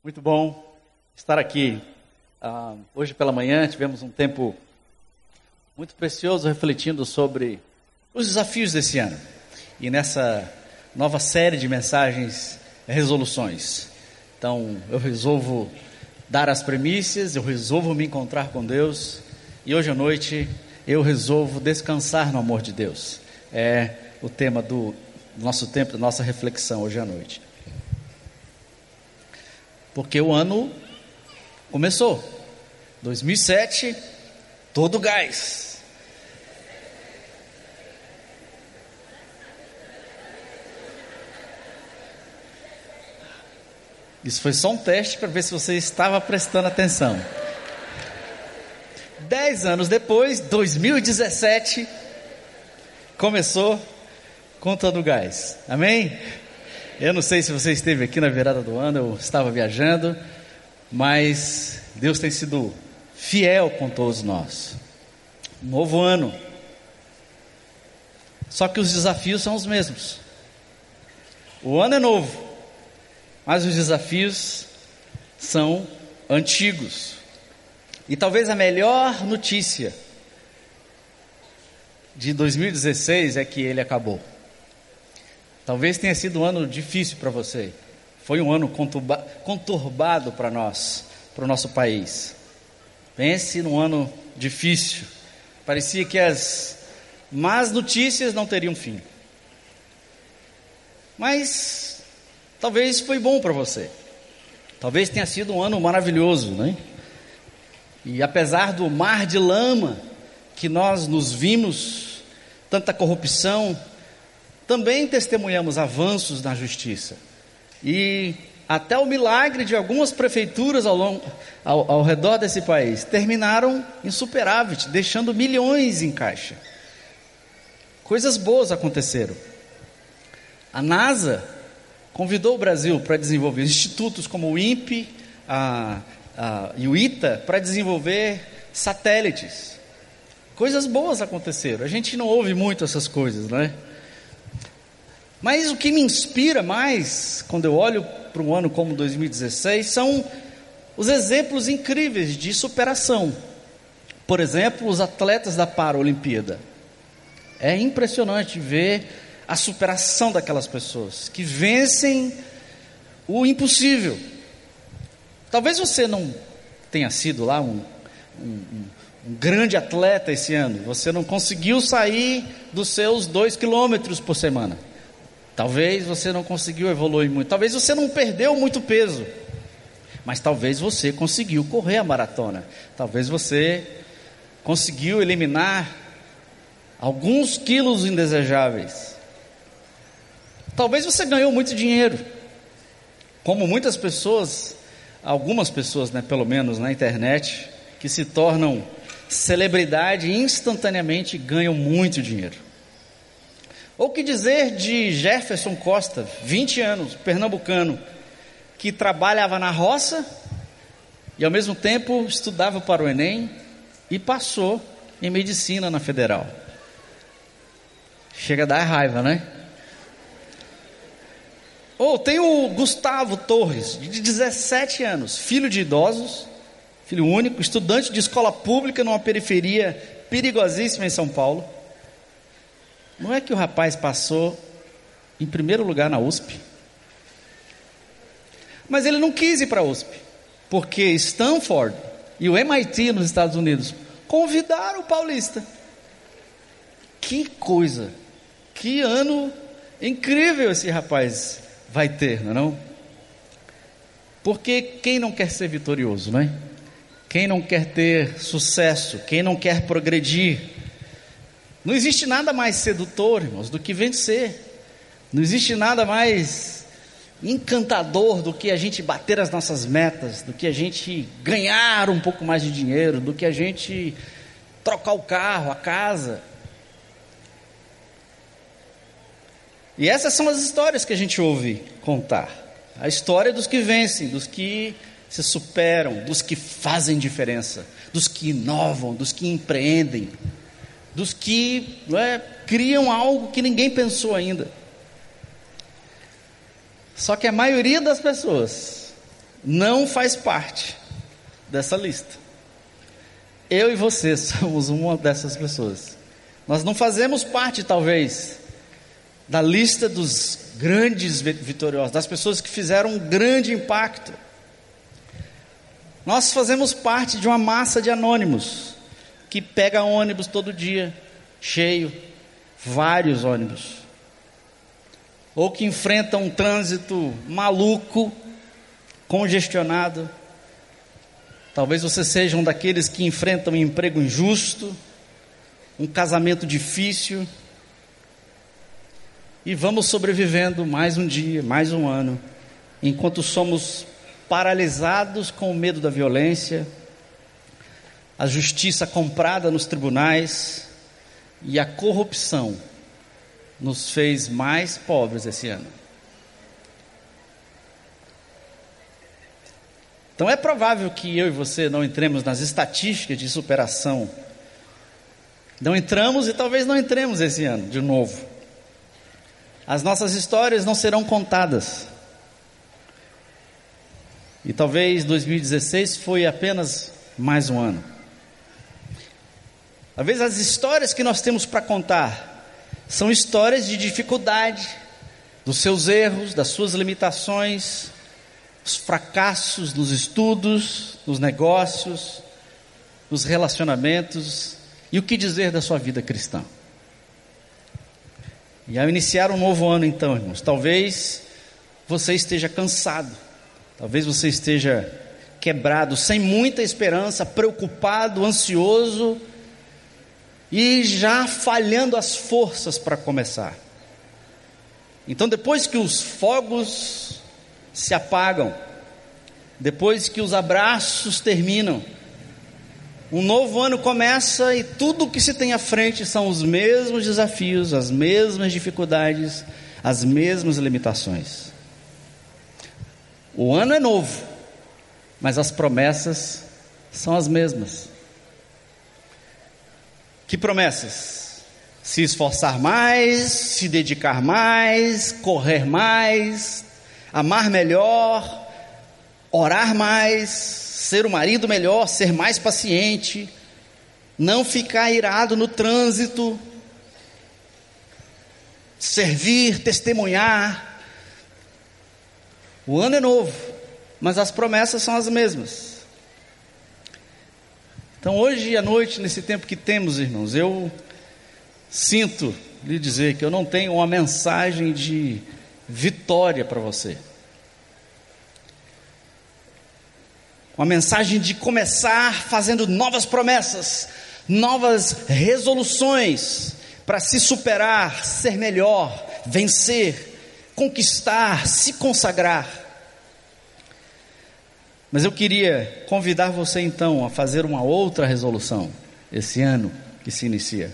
Muito bom estar aqui. Hoje pela manhã tivemos um tempo muito precioso refletindo sobre os desafios desse ano. E nessa nova série de mensagens, resoluções. Então eu resolvo dar as premissas, eu resolvo me encontrar com Deus. E hoje à noite eu resolvo descansar no amor de Deus. É o tema do nosso tempo, da nossa reflexão hoje à noite. Porque o ano começou, 2007, todo gás. Isso foi só um teste para ver se você estava prestando atenção. 10 anos depois, 2017, começou com todo gás. Amém? Eu não sei se você esteve aqui na virada do ano, eu estava viajando, mas Deus tem sido fiel com todos nós. Novo ano. Só que os desafios são os mesmos. O ano é novo, mas os desafios são antigos. E talvez a melhor notícia de 2016 é que ele acabou. Talvez tenha sido um ano difícil para você. Foi um ano conturbado para nós, para o nosso país. Pense num ano difícil. Parecia que as más notícias não teriam fim. Mas talvez foi bom para você. Talvez tenha sido um ano maravilhoso, né? E apesar do mar de lama que nós nos vimos, tanta corrupção, também testemunhamos avanços na justiça. E até o milagre de algumas prefeituras ao redor desse país terminaram em superávit, deixando milhões em caixa. Coisas boas aconteceram. A NASA convidou o Brasil para desenvolver institutos como o INPE e o ITA para desenvolver satélites. Coisas boas aconteceram. A gente não ouve muito essas coisas, não é? Mas o que me inspira mais, quando eu olho para um ano como 2016, são os exemplos incríveis de superação. Por exemplo, os atletas da Paralimpíada. É impressionante ver a superação daquelas pessoas, que vencem o impossível. Talvez você não tenha sido lá um grande atleta esse ano. Você não conseguiu sair dos seus 2 quilômetros por semana. Talvez você não conseguiu evoluir muito. Talvez você não perdeu muito peso. Mas talvez você conseguiu correr a maratona. Talvez você conseguiu eliminar alguns quilos indesejáveis. Talvez você ganhou muito dinheiro. Como muitas pessoas, algumas pessoas, né, pelo menos na internet, que se tornam celebridade e instantaneamente ganham muito dinheiro. Ou que dizer de Jefferson Costa, 20 anos, pernambucano, que trabalhava na roça e ao mesmo tempo estudava para o Enem e passou em medicina na Federal. Chega a dar raiva, né? Ou tem o Gustavo Torres, de 17 anos, filho de idosos, filho único, estudante de escola pública numa periferia perigosíssima em São Paulo. Não é que o rapaz passou em primeiro lugar na USP? Mas ele não quis ir para a USP, porque Stanford e o MIT nos Estados Unidos convidaram o paulista. Que coisa, que ano incrível esse rapaz vai ter, não é não? Porque quem não quer ser vitorioso, não é? Quem não quer ter sucesso, quem não quer progredir? Não existe nada mais sedutor, irmãos, do que vencer. Não existe nada mais encantador do que a gente bater as nossas metas, do que a gente ganhar um pouco mais de dinheiro, do que a gente trocar o carro, a casa. E essas são as histórias que a gente ouve contar. A história dos que vencem, dos que se superam, dos que fazem diferença, dos que inovam, dos que empreendem, dos que criam algo que ninguém pensou ainda. Só que a maioria das pessoas não faz parte dessa lista. Eu e você somos uma dessas pessoas. Nós não fazemos parte, talvez, da lista dos grandes vitoriosos, das pessoas que fizeram um grande impacto. Nós fazemos parte de uma massa de anônimos, que pega ônibus todo dia, cheio, vários ônibus, ou que enfrentam um trânsito maluco, congestionado. Talvez você seja um daqueles que enfrentam um emprego injusto, um casamento difícil, e vamos sobrevivendo mais um dia, mais um ano, enquanto somos paralisados com o medo da violência, a justiça comprada nos tribunais e a corrupção nos fez mais pobres esse ano. Então é provável que eu e você não entremos nas estatísticas de superação. Não entramos e talvez não entremos esse ano de novo. As nossas histórias não serão contadas. E talvez 2016 foi apenas mais um ano. Talvez as histórias que nós temos para contar são histórias de dificuldade, dos seus erros, das suas limitações, os fracassos nos estudos, nos negócios, nos relacionamentos, e o que dizer da sua vida cristã. E ao iniciar um novo ano então, irmãos, talvez você esteja cansado, talvez você esteja quebrado, sem muita esperança, preocupado, ansioso e já falhando as forças para começar. Então, depois que os fogos se apagam, depois que os abraços terminam, um novo ano começa e tudo o que se tem à frente são os mesmos desafios, as mesmas dificuldades, as mesmas limitações. O ano é novo, mas as promessas são as mesmas. Que promessas? Se esforçar mais, se dedicar mais, correr mais, amar melhor, orar mais, ser um marido melhor, ser mais paciente, não ficar irado no trânsito, servir, testemunhar. O ano é novo, mas as promessas são as mesmas. Então hoje à noite, nesse tempo que temos, irmãos, eu sinto lhe dizer que eu não tenho uma mensagem de vitória para você. Uma mensagem de começar fazendo novas promessas, novas resoluções para se superar, ser melhor, vencer, conquistar, se consagrar. Mas eu queria convidar você então a fazer uma outra resolução esse ano que se inicia.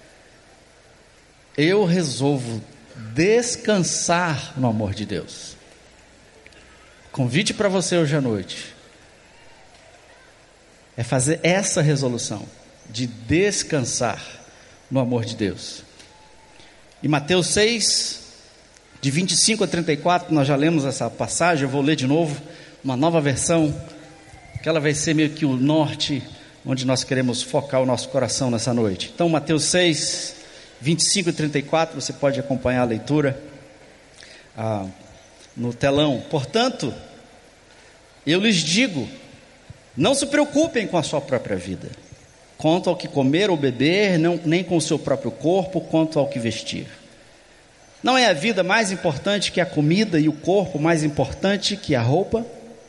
Eu resolvo descansar no amor de Deus. Convite para você hoje à noite é fazer essa resolução de descansar no amor de Deus. Em Mateus 6, de 25 a 34, nós já lemos essa passagem, eu vou ler de novo, uma nova versão, que ela vai ser meio que o norte, onde nós queremos focar o nosso coração nessa noite. Então Mateus 6, 25 e 34, você pode acompanhar a leitura no telão. Portanto, eu lhes digo, não se preocupem com a sua própria vida, quanto ao que comer ou beber, nem com o seu próprio corpo, quanto ao que vestir. Não é a vida mais importante que a comida e o corpo mais importante que a roupa?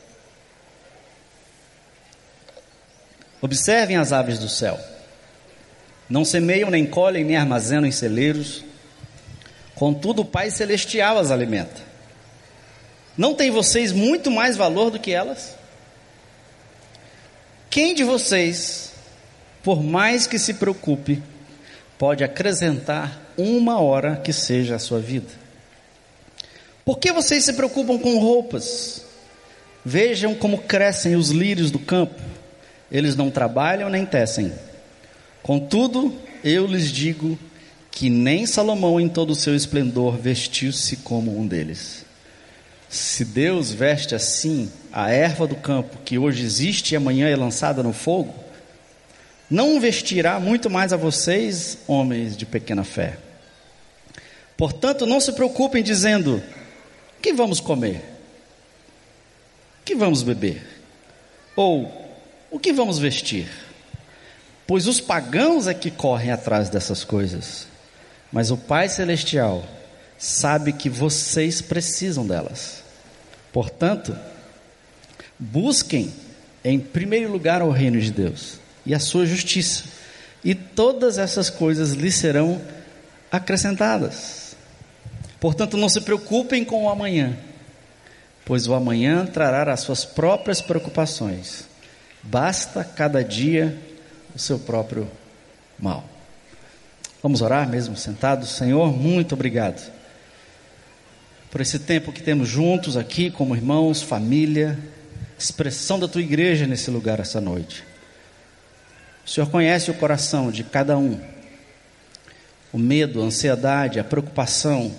Observem as aves do céu. Não semeiam, nem colhem, nem armazenam em celeiros. Contudo, o Pai Celestial as alimenta. Não tem vocês muito mais valor do que elas? Quem de vocês, por mais que se preocupe, pode acrescentar uma hora que seja a sua vida? Por que vocês se preocupam com roupas? Vejam como crescem os lírios do campo. Eles não trabalham nem tecem. Contudo, eu lhes digo que nem Salomão em todo o seu esplendor vestiu-se como um deles. Se Deus veste assim a erva do campo, que hoje existe e amanhã é lançada no fogo, não vestirá muito mais a vocês, homens de pequena fé. Portanto, não se preocupem dizendo: o que vamos comer? O que vamos beber? Ou o que vamos vestir? Pois os pagãos é que correm atrás dessas coisas, mas o Pai Celestial sabe que vocês precisam delas. Portanto, busquem em primeiro lugar o reino de Deus e a sua justiça, e todas essas coisas lhes serão acrescentadas. Portanto, não se preocupem com o amanhã, pois o amanhã trará as suas próprias preocupações. Basta cada dia o seu próprio mal. Vamos orar mesmo sentados? Senhor, muito obrigado por esse tempo que temos juntos aqui como irmãos, família, expressão da tua igreja nesse lugar essa noite. O Senhor conhece o coração de cada um, o medo, a ansiedade, a preocupação.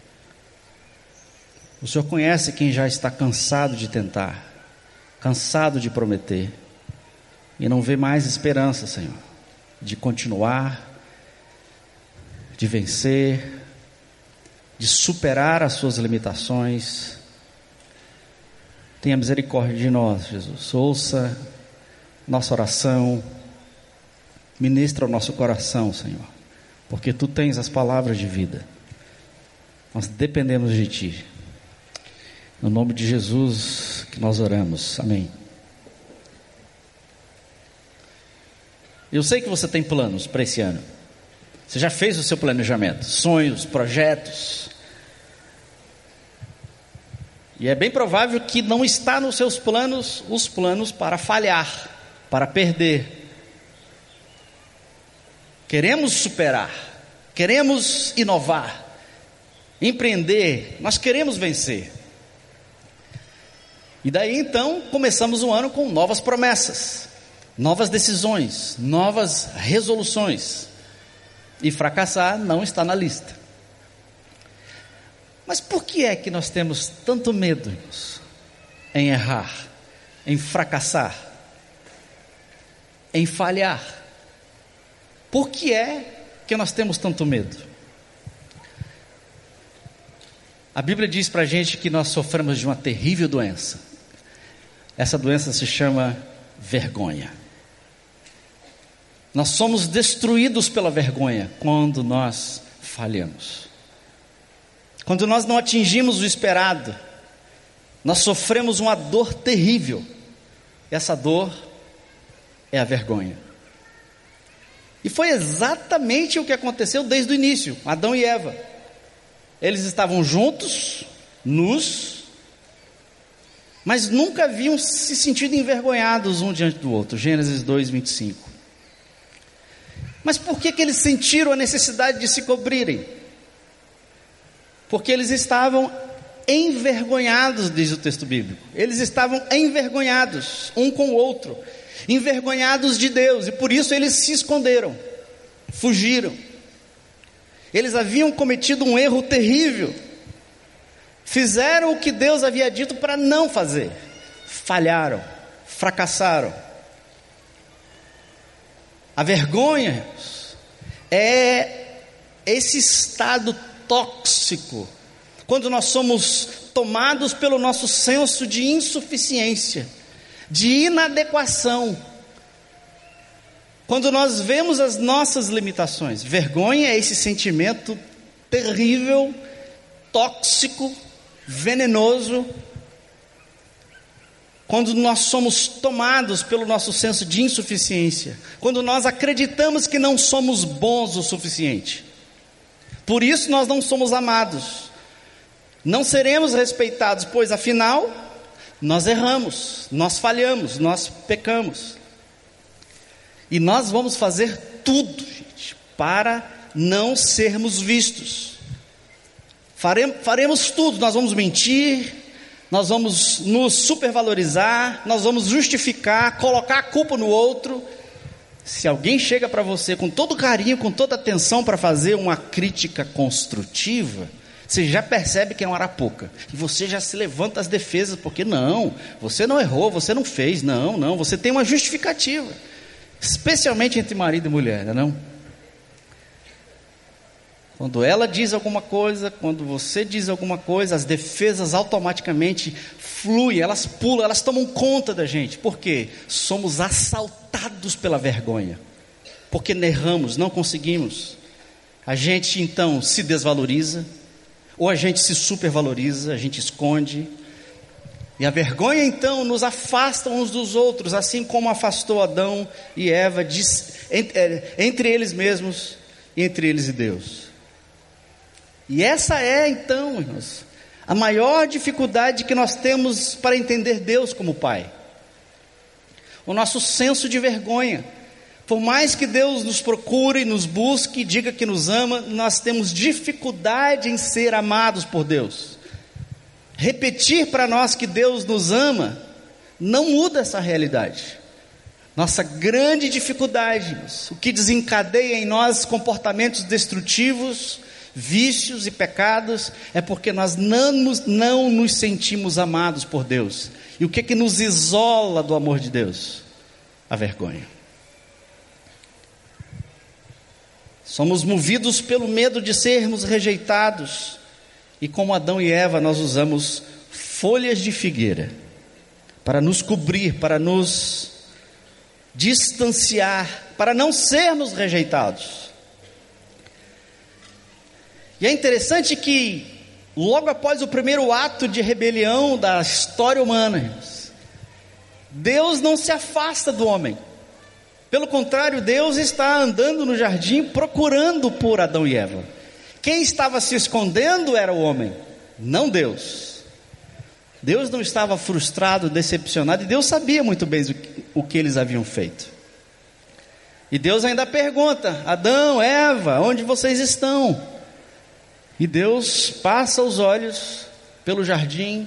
O Senhor conhece quem já está cansado de tentar, cansado de prometer, e não vê mais esperança, Senhor, de continuar, de vencer, de superar as suas limitações. Tenha misericórdia de nós, Jesus. Ouça nossa oração, ministra o nosso coração, Senhor, porque Tu tens as palavras de vida. Nós dependemos de Ti. No nome de Jesus que nós oramos. Amém. Eu sei que você tem planos para esse ano. Você já fez o seu planejamento, sonhos, projetos. E é bem provável que não está nos seus planos os planos para falhar, para perder. Queremos superar, queremos inovar, empreender, nós queremos vencer. E daí então começamos o ano com novas promessas, novas decisões, novas resoluções. E fracassar não está na lista. Mas por que é que nós temos tanto medo, irmãos, em errar, em fracassar, em falhar? Por que é que nós temos tanto medo? A Bíblia diz para a gente que nós sofremos de uma terrível doença. Essa doença se chama vergonha. Nós somos destruídos pela vergonha quando nós falhamos. Quando nós não atingimos o esperado, nós sofremos uma dor terrível. Essa dor é a vergonha. E foi exatamente o que aconteceu desde o início, Adão e Eva. Eles estavam juntos, nus, mas nunca haviam se sentido envergonhados um diante do outro. Gênesis 2, 25. Mas por que eles sentiram a necessidade de se cobrirem? Porque eles estavam envergonhados, diz o texto bíblico. Eles estavam envergonhados um com o outro, envergonhados de Deus, e por isso eles se esconderam, fugiram. Eles haviam cometido um erro terrível, fizeram o que Deus havia dito para não fazer, falharam, fracassaram. A vergonha é esse estado tóxico, quando nós somos tomados pelo nosso senso de insuficiência, de inadequação, quando nós vemos as nossas limitações. Vergonha é esse sentimento terrível, tóxico, venenoso, quando nós somos tomados pelo nosso senso de insuficiência, quando nós acreditamos que não somos bons o suficiente, por isso nós não somos amados, não seremos respeitados, pois afinal nós erramos, nós falhamos, nós pecamos, e nós vamos fazer tudo, gente, para não sermos vistos. Faremos tudo, nós vamos mentir, nós vamos nos supervalorizar, nós vamos justificar, colocar a culpa no outro. Se alguém chega para você com todo carinho, com toda atenção para fazer uma crítica construtiva, Você já percebe que é uma arapuca. E você já se levanta às defesas, porque não, você não errou, você não fez, não, você tem uma justificativa. Especialmente entre marido e mulher, não? Quando ela diz alguma coisa, quando você diz alguma coisa, as defesas automaticamente fluem, elas pulam, elas tomam conta da gente. Por quê? Somos assaltados pela vergonha. Porque erramos, não conseguimos. A gente então se desvaloriza, ou a gente se supervaloriza, a gente esconde. E a vergonha então nos afasta uns dos outros, assim como afastou Adão e Eva entre eles mesmos e entre eles e Deus. E essa é então, irmãos, a maior dificuldade que nós temos para entender Deus como Pai. O nosso senso de vergonha. Por mais que Deus nos procure, nos busque, diga que nos ama, nós temos dificuldade em ser amados por Deus. Repetir para nós que Deus nos ama não muda essa realidade. Nossa grande dificuldade, o que desencadeia em nós comportamentos destrutivos, vícios e pecados, é porque nós não nos sentimos amados por Deus. E o que nos isola do amor de Deus? A vergonha. Somos movidos pelo medo de sermos rejeitados. E como Adão e Eva, nós usamos folhas de figueira para nos cobrir, para nos distanciar, para não sermos rejeitados. E é interessante que, logo após o primeiro ato de rebelião da história humana, Deus não se afasta do homem. Pelo contrário, Deus está andando no jardim procurando por Adão e Eva. Quem estava se escondendo era o homem, não Deus. Deus não estava frustrado, decepcionado, e Deus sabia muito bem o que eles haviam feito. E Deus ainda pergunta: Adão, Eva, onde vocês estão? E Deus passa os olhos pelo jardim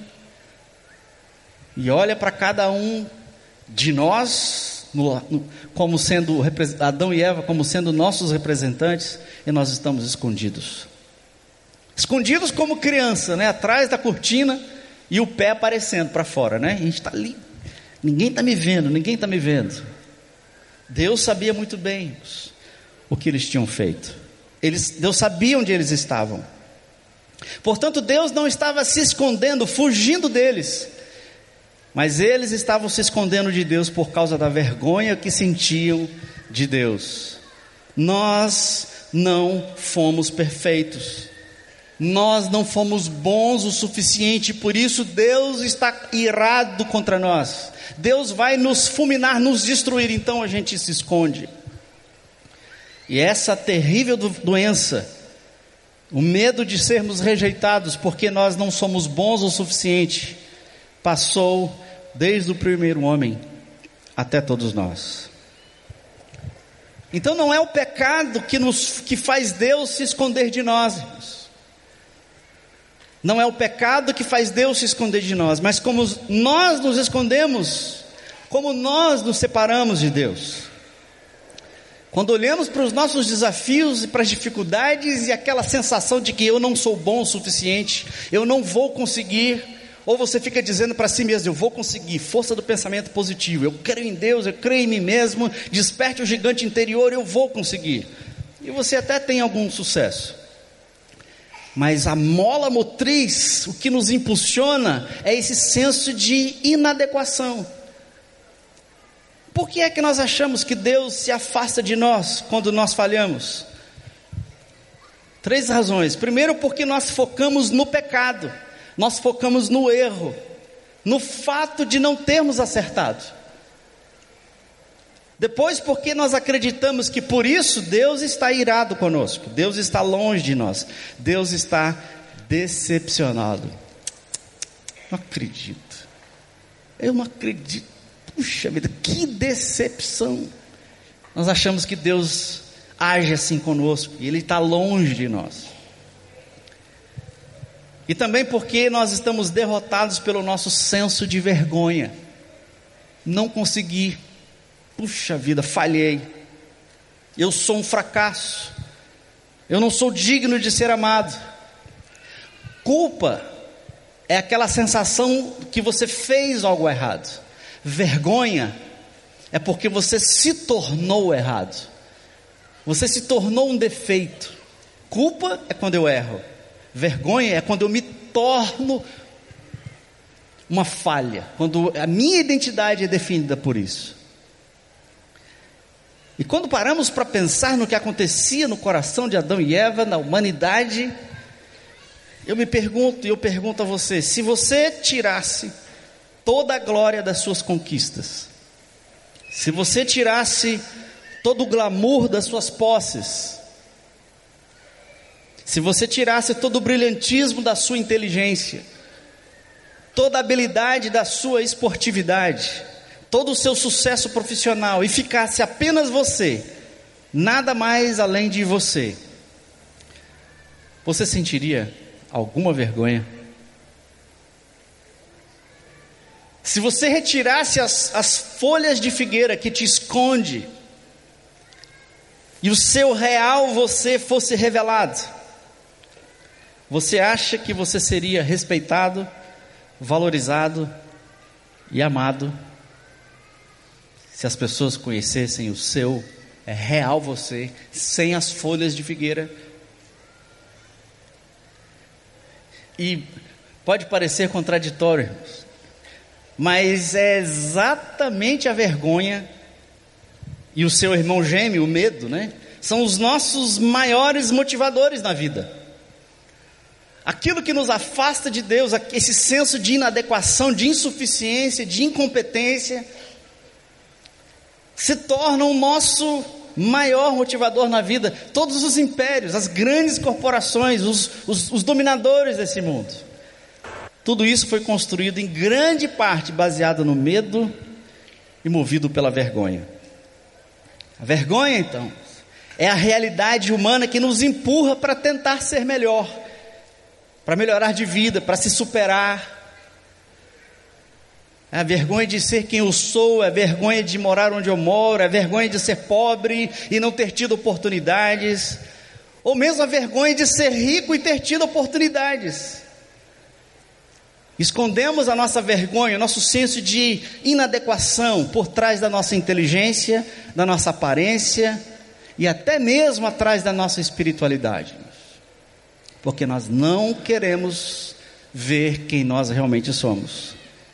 e olha para cada um de nós, como sendo Adão e Eva, como sendo nossos representantes, e nós estamos escondidos. Escondidos como criança, né? Atrás da cortina e o pé aparecendo para fora, né? A gente está ali, ninguém está me vendo. Deus sabia muito bem o que eles tinham feito. Deus sabia onde eles estavam. Portanto, Deus não estava se escondendo, fugindo deles, mas eles estavam se escondendo de Deus por causa da vergonha que sentiam de Deus. Nós não fomos perfeitos, nós não fomos bons o suficiente, por isso Deus está irado contra nós. Deus vai nos fulminar, nos destruir, então a gente se esconde. E essa terrível doença, o medo de sermos rejeitados porque nós não somos bons o suficiente, passou desde o primeiro homem até todos nós. Então não é o pecado que faz Deus se esconder de nós, irmãos. Não é o pecado que faz Deus se esconder de nós, mas como nós nos escondemos, como nós nos separamos de Deus. Quando olhamos para os nossos desafios e para as dificuldades e aquela sensação de que eu não sou bom o suficiente, eu não vou conseguir, ou você fica dizendo para si mesmo: eu vou conseguir, força do pensamento positivo, eu creio em Deus, eu creio em mim mesmo, desperte o gigante interior, eu vou conseguir. E você até tem algum sucesso, mas a mola motriz, o que nos impulsiona é esse senso de inadequação. Por que é que nós achamos que Deus se afasta de nós quando nós falhamos? 3 razões. Primeiro, porque nós focamos no pecado, nós focamos no erro, no fato de não termos acertado. Depois, porque nós acreditamos que por isso Deus está irado conosco, Deus está longe de nós, Deus está decepcionado. Não acredito, eu não acredito. Puxa vida, que decepção. Nós achamos que Deus age assim conosco e Ele está longe de nós. E também porque nós estamos derrotados pelo nosso senso de vergonha. Não consegui, puxa vida, falhei, eu sou um fracasso, eu não sou digno de ser amado. Culpa é aquela sensação que você fez algo errado. Vergonha é porque você se tornou errado. Você se tornou um defeito. Culpa é quando eu erro. Vergonha é quando eu me torno uma falha, quando a minha identidade é definida por isso. E quando paramos para pensar no que acontecia no coração de Adão e Eva, na humanidade, eu me pergunto, e eu pergunto a você: se você tirasse toda a glória das suas conquistas, se você tirasse todo o glamour das suas posses, se você tirasse todo o brilhantismo da sua inteligência, toda a habilidade da sua esportividade, todo o seu sucesso profissional, e ficasse apenas você, nada mais além de você, você sentiria alguma vergonha? Se você retirasse as folhas de figueira que te esconde, e o seu real você fosse revelado, você acha que você seria respeitado, valorizado e amado se as pessoas conhecessem o seu real você, sem as folhas de figueira? E pode parecer contraditório, mas é exatamente a vergonha e o seu irmão gêmeo, o medo, né? São os nossos maiores motivadores na vida. Aquilo que nos afasta de Deus, esse senso de inadequação, de insuficiência, de incompetência, se torna o nosso maior motivador na vida. Todos os impérios, as grandes corporações, os dominadores desse mundo, tudo isso foi construído em grande parte baseado no medo e movido pela vergonha. A vergonha, então, é a realidade humana que nos empurra para tentar ser melhor, para melhorar de vida, para se superar. É a vergonha de ser quem eu sou, é a vergonha de morar onde eu moro, é a vergonha de ser pobre e não ter tido oportunidades, ou mesmo a vergonha de ser rico e ter tido oportunidades. Escondemos a nossa vergonha, o nosso senso de inadequação por trás da nossa inteligência, da nossa aparência e até mesmo atrás da nossa espiritualidade, porque nós não queremos ver quem nós realmente somos.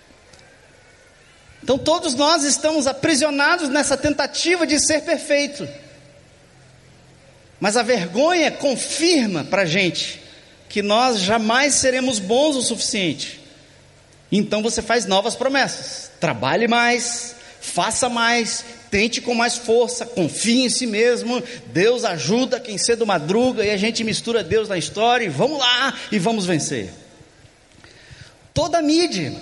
Então todos nós estamos aprisionados nessa tentativa de ser perfeito, mas a vergonha confirma para a gente que nós jamais seremos bons o suficiente. Então você faz novas promessas: trabalhe mais, faça mais, tente com mais força, confie em si mesmo, Deus ajuda quem cedo madruga, e a gente mistura Deus na história, e vamos lá, e vamos vencer. Toda a mídia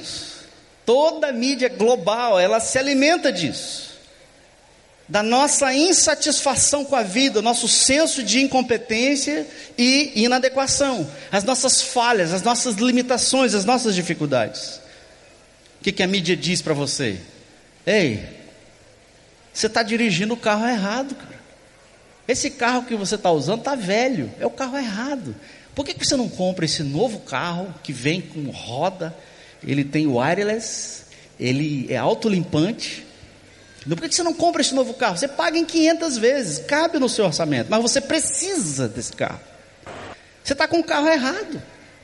global, ela se alimenta disso, da nossa insatisfação com a vida, nosso senso de incompetência e inadequação, as nossas falhas, as nossas limitações, as nossas dificuldades. O que a mídia diz para você? Ei, você está dirigindo o carro errado, cara. Esse carro que você está usando está velho, é o carro errado. Por que você não compra esse novo carro que vem com roda, ele tem wireless, ele é autolimpante? Por que você não compra esse novo carro? Você paga em 500 vezes, cabe no seu orçamento, mas você precisa desse carro. Você está com o carro errado.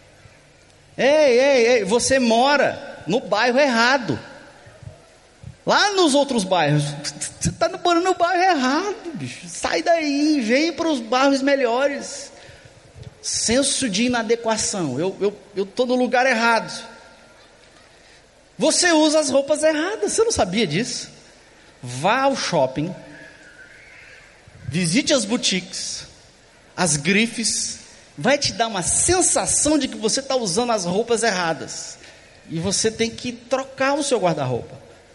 Ei, você mora no bairro errado. Lá nos outros bairros, você está morando no bairro errado, bicho. Sai daí, vem para os bairros melhores. Senso de inadequação. Eu estou no lugar errado. Você usa as roupas erradas, você não sabia disso? Vá ao shopping, visite as boutiques, as grifes, vai te dar uma sensação de que você está usando as roupas erradas, e você tem que trocar o seu guarda-roupa.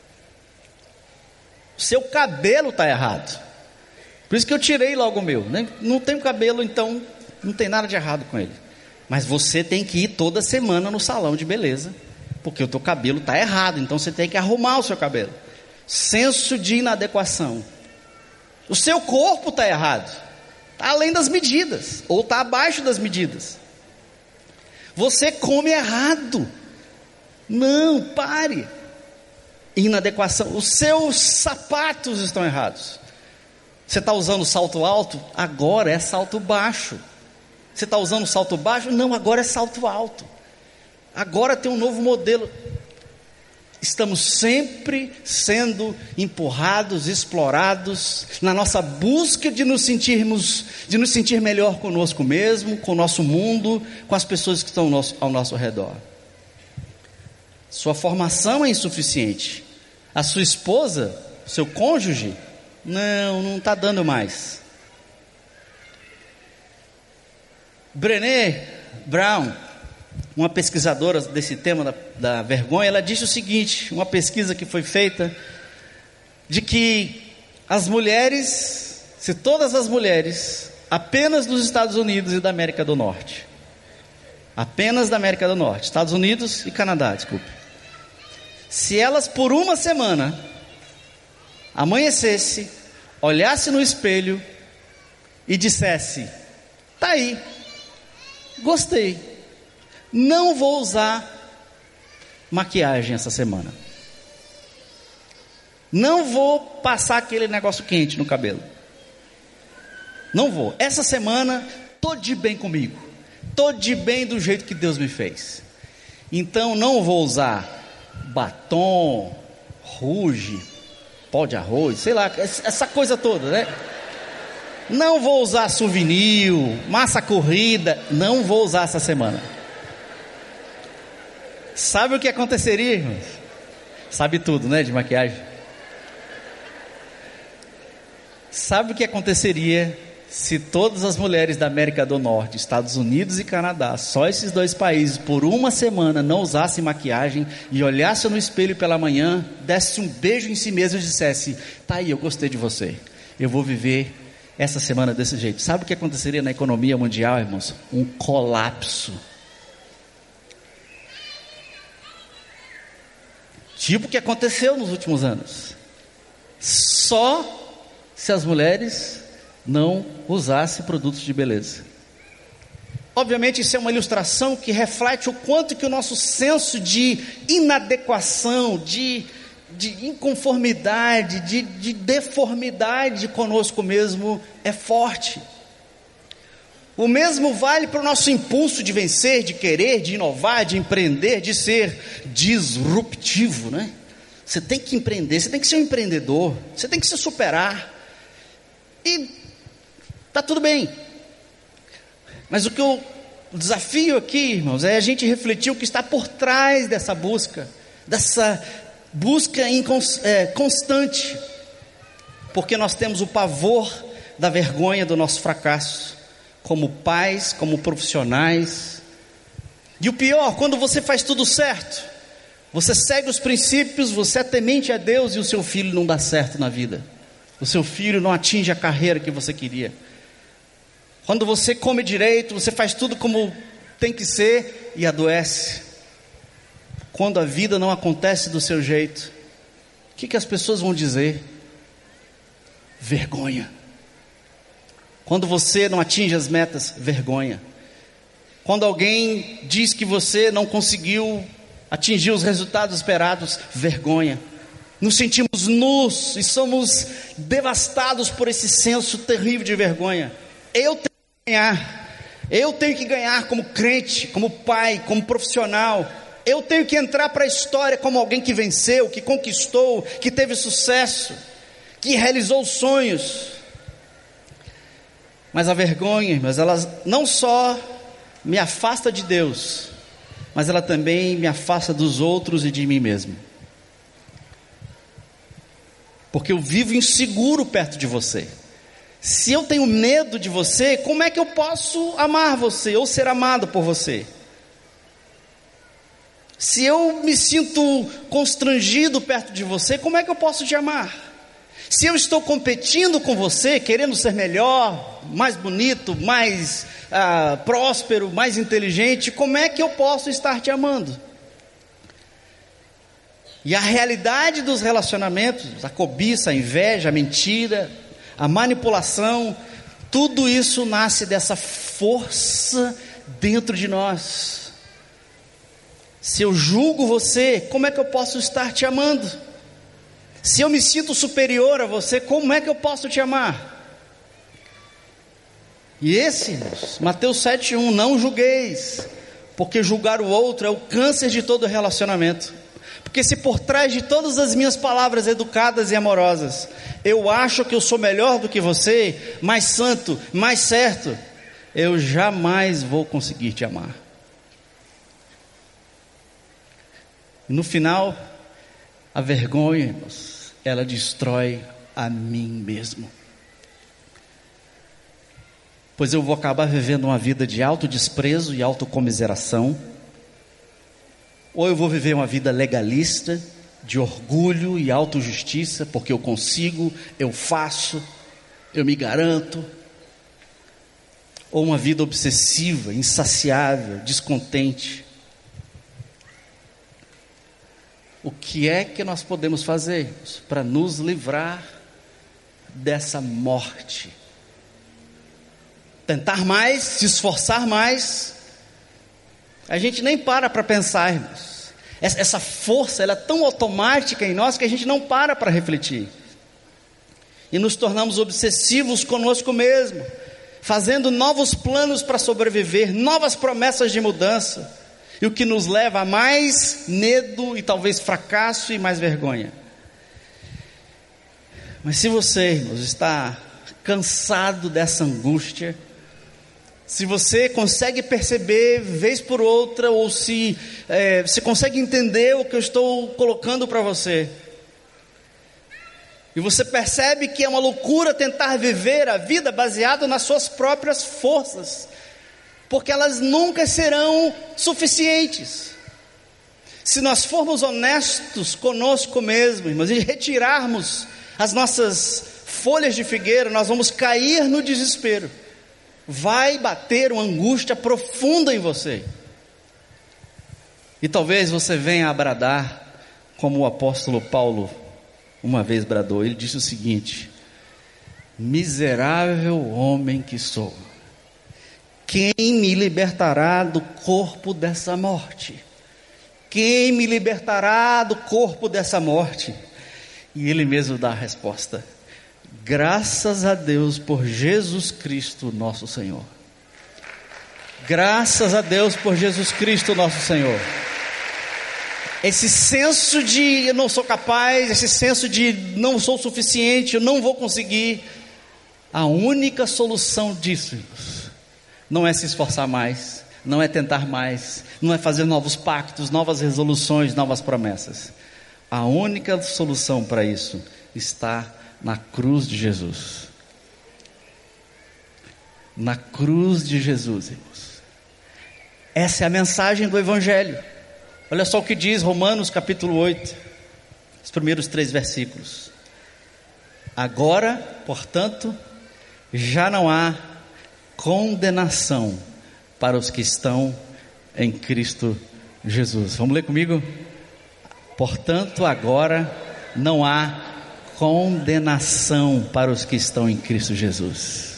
O seu cabelo está errado, por isso que eu tirei logo o meu, né? Não tenho cabelo, então não tem nada de errado com ele, mas você tem que ir toda semana no salão de beleza, porque o teu cabelo está errado, então você tem que arrumar o seu cabelo. Senso de inadequação. O seu corpo está errado, está além das medidas, ou está abaixo das medidas. Você come errado. Não, pare. Inadequação. Os seus sapatos estão errados. Você está usando salto alto? Agora é salto baixo. Você está usando salto baixo? Não, agora é salto alto. Agora tem um novo modelo. Estamos sempre sendo empurrados, explorados, na nossa busca de nos sentir melhor conosco mesmo, com o nosso mundo, com as pessoas que estão ao nosso redor. Sua formação é insuficiente. A sua esposa, seu cônjuge, não está dando mais. Brené Brown, uma pesquisadora desse tema da vergonha, ela disse o seguinte, uma pesquisa que foi feita, de que as mulheres, se todas as mulheres, apenas dos Estados Unidos e da América do Norte, apenas da América do Norte, Estados Unidos e Canadá, desculpe, se elas por uma semana amanhecesse, olhasse no espelho e dissesse: tá aí, gostei, não vou usar maquiagem essa semana, não vou passar aquele negócio quente no cabelo, não vou, essa semana tô de bem comigo, tô de bem do jeito que Deus me fez, então não vou usar batom, rouge, pó de arroz, sei lá, essa coisa toda, né? Não vou usar souvenir, massa corrida, não vou usar essa semana. Sabe o que aconteceria, irmãos? Sabe tudo, né, de maquiagem? Sabe o que aconteceria se todas as mulheres da América do Norte, Estados Unidos e Canadá, só esses dois países, por uma semana não usassem maquiagem e olhassem no espelho pela manhã, dessem um beijo em si mesmo e dissessem: tá aí, eu gostei de você, eu vou viver essa semana desse jeito. Sabe o que aconteceria na economia mundial, irmãos? Um colapso. Tipo o que aconteceu nos últimos anos. Só se as mulheres não usassem produtos de beleza. Obviamente isso é uma ilustração que reflete o quanto que o nosso senso de inadequação, de inconformidade, de deformidade conosco mesmo é forte. O mesmo vale para o nosso impulso de vencer, de querer, de inovar, de empreender, de ser disruptivo, né? Você tem que empreender, você tem que ser um empreendedor, você tem que se superar. E está tudo bem. Mas o desafio aqui, irmãos, é a gente refletir o que está por trás dessa busca constante. Porque nós temos o pavor da vergonha do nosso fracasso, como pais, como profissionais. E o pior, quando você faz tudo certo, você segue os princípios, você é temente a Deus e o seu filho não dá certo na vida. O seu filho não atinge a carreira que você queria. Quando você come direito, você faz tudo como tem que ser e adoece. Quando a vida não acontece do seu jeito, o que as pessoas vão dizer? Vergonha. Quando você não atinge as metas, vergonha. Quando alguém diz que você não conseguiu atingir os resultados esperados, vergonha. Nos sentimos nus e somos devastados por esse senso terrível de vergonha. Eu tenho que ganhar. Eu tenho que ganhar como crente, como pai, como profissional. Eu tenho que entrar para a história como alguém que venceu, que conquistou, que teve sucesso, que realizou sonhos. Mas a vergonha, mas ela não só me afasta de Deus, mas ela também me afasta dos outros e de mim mesmo. Porque eu vivo inseguro perto de você. Se eu tenho medo de você, como é que eu posso amar você ou ser amado por você? Se eu me sinto constrangido perto de você, como é que eu posso te amar? Se eu estou competindo com você, querendo ser melhor, mais bonito, mais próspero, mais inteligente, como é que eu posso estar te amando? E a realidade dos relacionamentos, a cobiça, a inveja, a mentira, a manipulação, tudo isso nasce dessa força dentro de nós. Se eu julgo você, como é que eu posso estar te amando? Se eu me sinto superior a você, como é que eu posso te amar? E esse, Mateus 7,1, não julgueis, porque julgar o outro é o câncer de todo relacionamento. Porque se por trás de todas as minhas palavras educadas e amorosas, eu acho que eu sou melhor do que você, mais santo, mais certo, eu jamais vou conseguir te amar. No final, a vergonha, irmãos, ela destrói a mim mesmo. Pois eu vou acabar vivendo uma vida de autodesprezo e autocomiseração, ou eu vou viver uma vida legalista, de orgulho e autojustiça, porque eu consigo, eu faço, eu me garanto, ou uma vida obsessiva, insaciável, descontente. O que é que nós podemos fazer para nos livrar dessa morte? Tentar mais, se esforçar mais. A gente nem para pensar, irmãos. Essa força, ela é tão automática em nós que a gente não para refletir. E nos tornamos obsessivos conosco mesmo, fazendo novos planos para sobreviver, novas promessas de mudança. E o que nos leva a mais medo e talvez fracasso e mais vergonha. Mas se você, irmãos, está cansado dessa angústia, se você consegue perceber vez por outra, ou se consegue entender o que eu estou colocando para você, e você percebe que é uma loucura tentar viver a vida baseada nas suas próprias forças, porque elas nunca serão suficientes. Se nós formos honestos conosco mesmo, irmãos, e retirarmos as nossas folhas de figueira, nós vamos cair no desespero. Vai bater uma angústia profunda em você. E talvez você venha a bradar, como o apóstolo Paulo uma vez bradou. Ele disse o seguinte: miserável homem que sou, quem me libertará do corpo dessa morte? Quem me libertará do corpo dessa morte? E ele mesmo dá a resposta: graças a Deus por Jesus Cristo nosso Senhor. Graças a Deus por Jesus Cristo nosso Senhor. Esse senso de eu não sou capaz, esse senso de não sou suficiente, eu não vou conseguir, a única solução disso, irmãos, não é se esforçar mais, não é tentar mais, não é fazer novos pactos, novas resoluções, novas promessas. A única solução para isso está na cruz de Jesus. Na cruz de Jesus, irmãos. Essa é a mensagem do Evangelho. Olha só o que diz Romanos capítulo 8, os primeiros 3 versículos. Agora, portanto, já não há condenação para os que estão em Cristo Jesus. Vamos ler comigo? Portanto, agora não há condenação para os que estão em Cristo Jesus.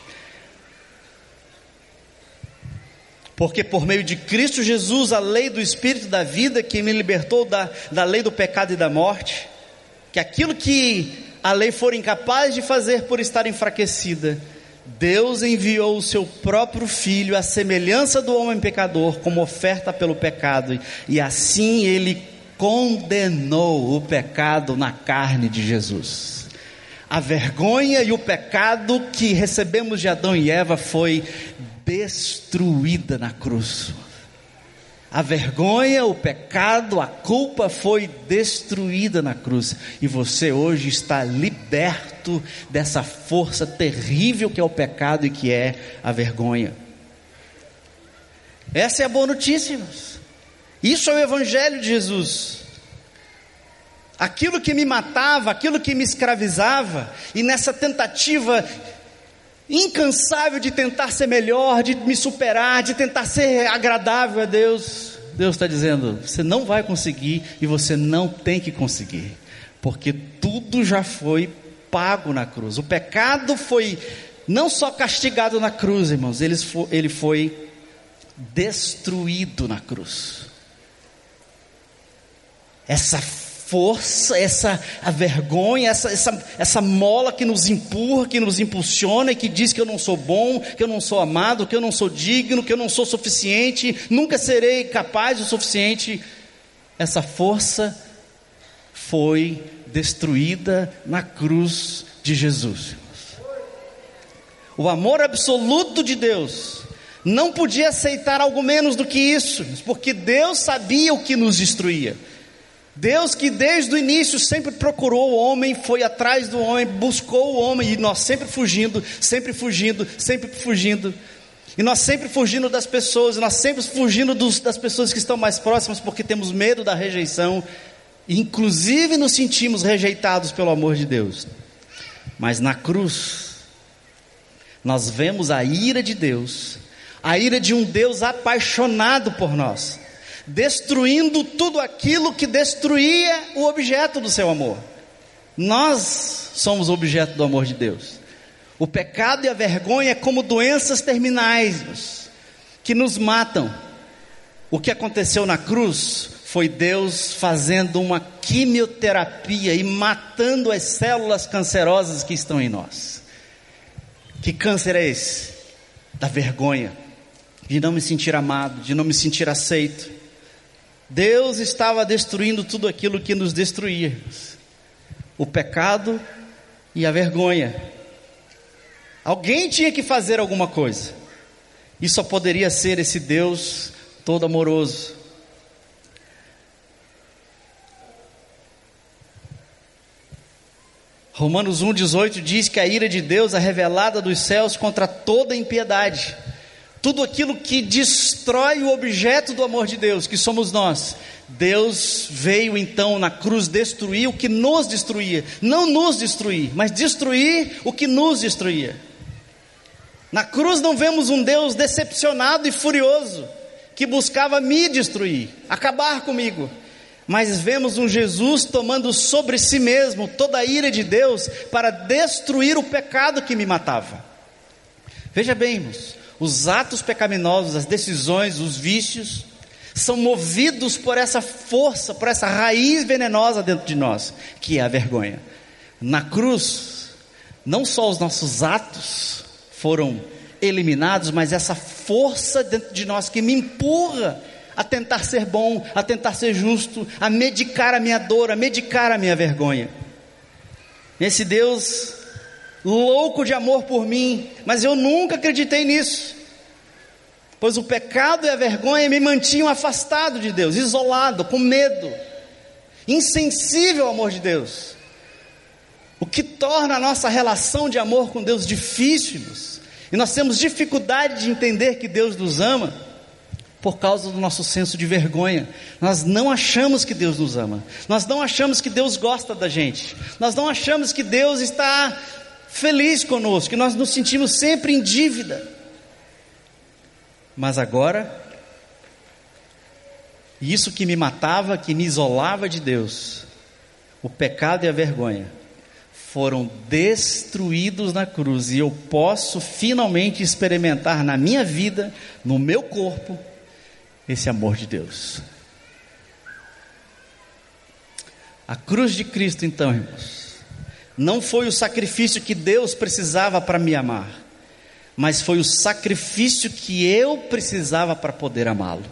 Porque por meio de Cristo Jesus, a lei do Espírito da vida, que me libertou da lei do pecado e da morte, que aquilo que a lei for incapaz de fazer por estar enfraquecida, Deus enviou o seu próprio Filho, à semelhança do homem pecador, como oferta pelo pecado, e assim Ele condenou o pecado na carne de Jesus. A vergonha e o pecado que recebemos de Adão e Eva foi destruída na cruz. A vergonha, o pecado, a culpa foi destruída na cruz. E você hoje está liberto dessa força terrível que é o pecado e que é a vergonha. Essa é a boa notícia, irmãos. Isso é o Evangelho de Jesus. Aquilo que me matava, aquilo que me escravizava, e nessa tentativa incansável de tentar ser melhor, de me superar, de tentar ser agradável a Deus, Deus está dizendo: você não vai conseguir e você não tem que conseguir, porque tudo já foi pago na cruz. O pecado foi não só castigado na cruz, irmãos, ele foi destruído na cruz. essa força, a vergonha, essa mola que nos empurra, que nos impulsiona e que diz que eu não sou bom, que eu não sou amado, que eu não sou digno, que eu não sou suficiente, nunca serei capaz o suficiente. Essa força foi destruída na cruz de Jesus. O amor absoluto de Deus não podia aceitar algo menos do que isso, porque Deus sabia o que nos destruía. Deus, que desde o início sempre procurou o homem, foi atrás do homem, buscou o homem, e nós sempre fugindo, sempre fugindo, sempre fugindo, e nós sempre fugindo das pessoas, nós sempre fugindo das pessoas que estão mais próximas, porque temos medo da rejeição, e inclusive nos sentimos rejeitados pelo amor de Deus. Mas na cruz nós vemos a ira de Deus, a ira de um Deus apaixonado por nós, destruindo tudo aquilo que destruía o objeto do seu amor. Nós somos o objeto do amor de Deus. O pecado e a vergonha é como doenças terminais que nos matam. O que aconteceu na cruz foi Deus fazendo uma quimioterapia e matando as células cancerosas que estão em nós. Que câncer é esse? Da vergonha, de não me sentir amado, de não me sentir aceito. Deus estava destruindo tudo aquilo que nos destruía: o pecado e a vergonha. Alguém tinha que fazer alguma coisa, e só poderia ser esse Deus todo amoroso. Romanos 1,18 diz que a ira de Deus é revelada dos céus contra toda impiedade. Tudo aquilo que destrói o objeto do amor de Deus, que somos nós. Deus veio então na cruz destruir o que nos destruía. Não nos destruir, mas destruir o que nos destruía. Na cruz não vemos um Deus decepcionado e furioso, que buscava me destruir, acabar comigo. Mas vemos um Jesus tomando sobre si mesmo toda a ira de Deus para destruir o pecado que me matava. Veja bem, irmãos, os atos pecaminosos, as decisões, os vícios, são movidos por essa força, por essa raiz venenosa dentro de nós, que é a vergonha. Na cruz, não só os nossos atos foram eliminados, mas essa força dentro de nós que me empurra a tentar ser bom, a tentar ser justo, a medicar a minha dor, a medicar a minha vergonha. Esse Deus louco de amor por mim, mas eu nunca acreditei nisso, pois o pecado e a vergonha me mantinham afastado de Deus, isolado, com medo, insensível ao amor de Deus, o que torna a nossa relação de amor com Deus difícil, e nós temos dificuldade de entender que Deus nos ama, por causa do nosso senso de vergonha. Nós não achamos que Deus nos ama, nós não achamos que Deus gosta da gente, nós não achamos que Deus está feliz conosco, que nós nos sentimos sempre em dívida. Mas agora, isso que me matava, que me isolava de Deus, o pecado e a vergonha, foram destruídos na cruz, e eu posso finalmente experimentar na minha vida, no meu corpo, esse amor de Deus. A cruz de Cristo, então, irmãos, não foi o sacrifício que Deus precisava para me amar, mas foi o sacrifício que eu precisava para poder amá-lo.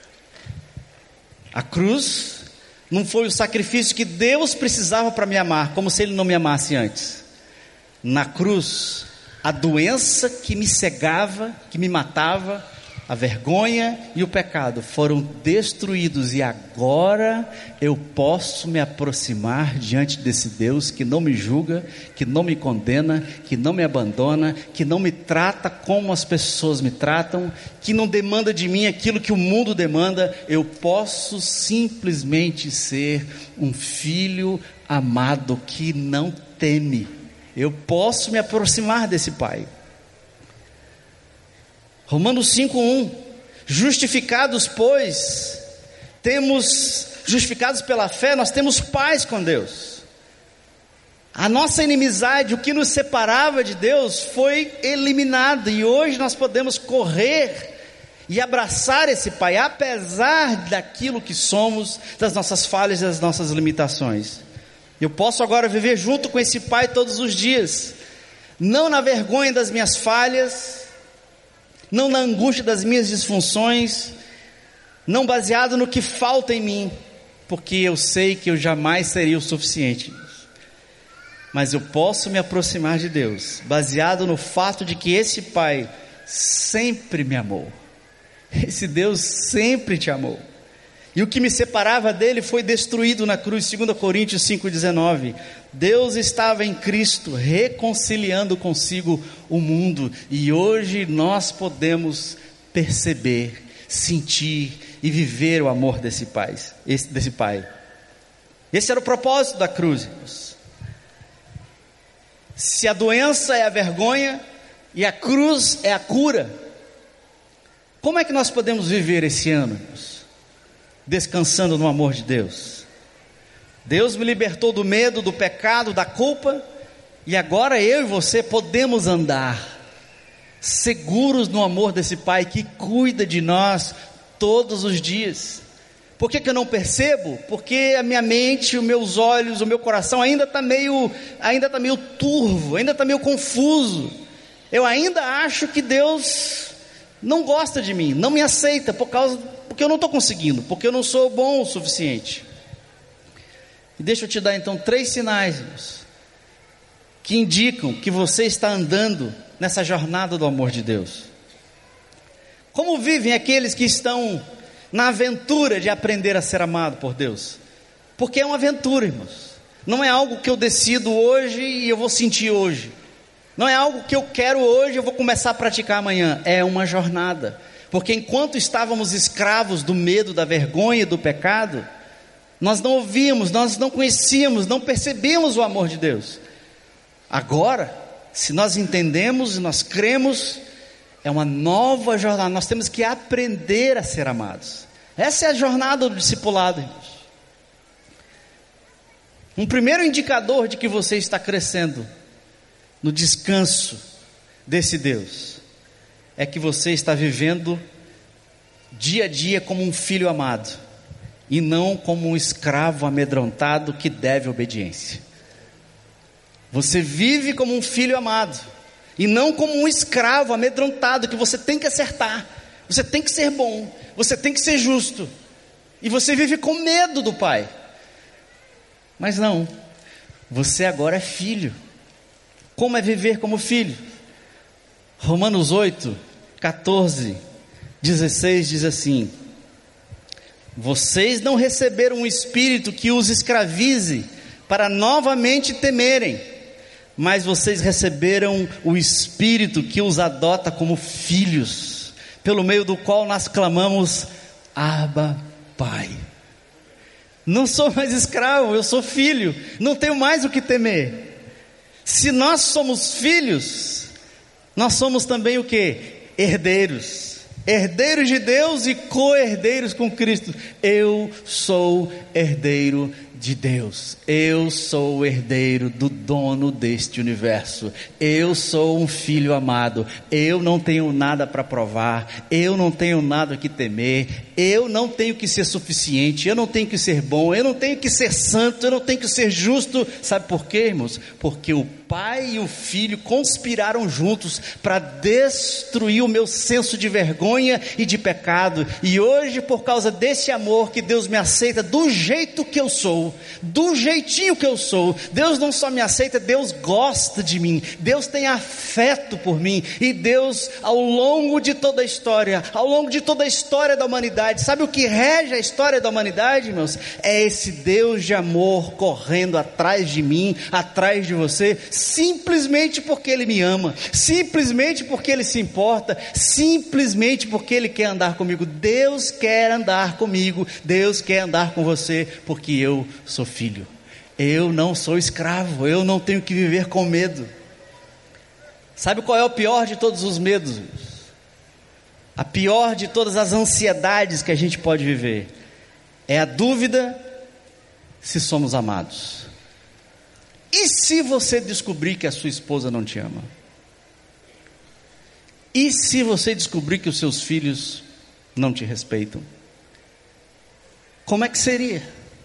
A cruz não foi o sacrifício que Deus precisava para me amar, como se Ele não me amasse antes. Na cruz, a doença que me cegava, que me matava, a vergonha e o pecado foram destruídos, e agora eu posso me aproximar diante desse Deus que não me julga, que não me condena, que não me abandona, que não me trata como as pessoas me tratam, que não demanda de mim aquilo que o mundo demanda. Eu posso simplesmente ser um filho amado que não teme. Eu posso me aproximar desse Pai. Romanos 5:1, justificados pois, justificados pela fé, nós temos paz com Deus. A nossa inimizade, o que nos separava de Deus, foi eliminado, e hoje nós podemos correr e abraçar esse Pai, apesar daquilo que somos, das nossas falhas e das nossas limitações. Eu posso agora viver junto com esse Pai todos os dias, não na vergonha das minhas falhas, não na angústia das minhas disfunções, não baseado no que falta em mim, porque eu sei que eu jamais seria o suficiente. Mas eu posso me aproximar de Deus, baseado no fato de que esse Pai sempre me amou. Esse Deus sempre te amou. E o que me separava dele foi destruído na cruz. 2 Coríntios 5,19. Deus estava em Cristo reconciliando consigo o mundo. E hoje nós podemos perceber, sentir e viver o amor desse Pai. Esse era o propósito da cruz, irmãos. Se a doença é a vergonha e a cruz é a cura, como é que nós podemos viver esse ano, irmãos? Descansando no amor de Deus. Deus me libertou do medo, do pecado, da culpa, e agora eu e você podemos andar seguros no amor desse Pai que cuida de nós todos os dias. Por que eu não percebo? Porque a minha mente, os meus olhos, o meu coração ainda está meio turvo, ainda está meio confuso. Eu ainda acho que Deus não gosta de mim, não me aceita, porque eu não estou conseguindo, porque eu não sou bom o suficiente. E deixa eu te dar então 3 sinais, irmãos, que indicam que você está andando nessa jornada do amor de Deus. Como vivem aqueles que estão na aventura de aprender a ser amado por Deus? Porque é uma aventura, irmãos. Não é algo que eu decido hoje e eu vou sentir hoje. Não é algo que eu quero hoje e eu vou começar a praticar amanhã. É uma jornada. Porque enquanto estávamos escravos do medo, da vergonha e do pecado, nós não ouvíamos, nós não conhecíamos, não percebíamos o amor de Deus. Agora, se nós entendemos e nós cremos, é uma nova jornada. Nós temos que aprender a ser amados. Essa é a jornada do discipulado, irmãos. Um primeiro indicador de que você está crescendo no descanso desse Deus é que você está vivendo dia a dia como um filho amado e não como um escravo amedrontado que deve obediência. Você vive como um filho amado e não como um escravo amedrontado que você tem que acertar, você tem que ser bom, você tem que ser justo, e você vive com medo do Pai. Mas não, você agora é filho. Como é viver como filho? Romanos 8, 14, 16 diz assim: vocês não receberam um espírito que os escravize para novamente temerem, mas vocês receberam o Espírito que os adota como filhos, pelo meio do qual nós clamamos, Abba, Pai. Não sou mais escravo, eu sou filho, não tenho mais o que temer. Se nós somos filhos, nós somos também o quê? Herdeiros. Herdeiros de Deus e co-herdeiros com Cristo. Eu sou herdeiro de Deus. Eu sou o herdeiro do dono deste universo. Eu sou um filho amado. Eu não tenho nada para provar. Eu não tenho nada que temer. Eu não tenho que ser suficiente. Eu não tenho que ser bom. Eu não tenho que ser santo. Eu não tenho que ser justo. Sabe por quê, irmãos? Porque o Pai e o Filho conspiraram juntos para destruir o meu senso de vergonha e de pecado. E hoje, por causa desse amor que Deus me aceita do jeito que eu sou, do jeitinho que eu sou, Deus não só me aceita, Deus gosta de mim, Deus tem afeto por mim, e Deus, ao longo de toda a história, da humanidade, sabe o que rege a história da humanidade, irmãos? É esse Deus de amor correndo atrás de mim, atrás de você, simplesmente porque Ele me ama, simplesmente porque Ele se importa, simplesmente porque Ele quer andar comigo. Deus quer andar comigo, Deus quer andar com você, porque eu sou filho, eu não sou escravo, eu não tenho que viver com medo. Sabe qual é o pior de todos os medos? A pior de todas as ansiedades que a gente pode viver é a dúvida se somos amados. E se você descobrir que a sua esposa não te ama? E se você descobrir que os seus filhos não te respeitam. Como é que seria?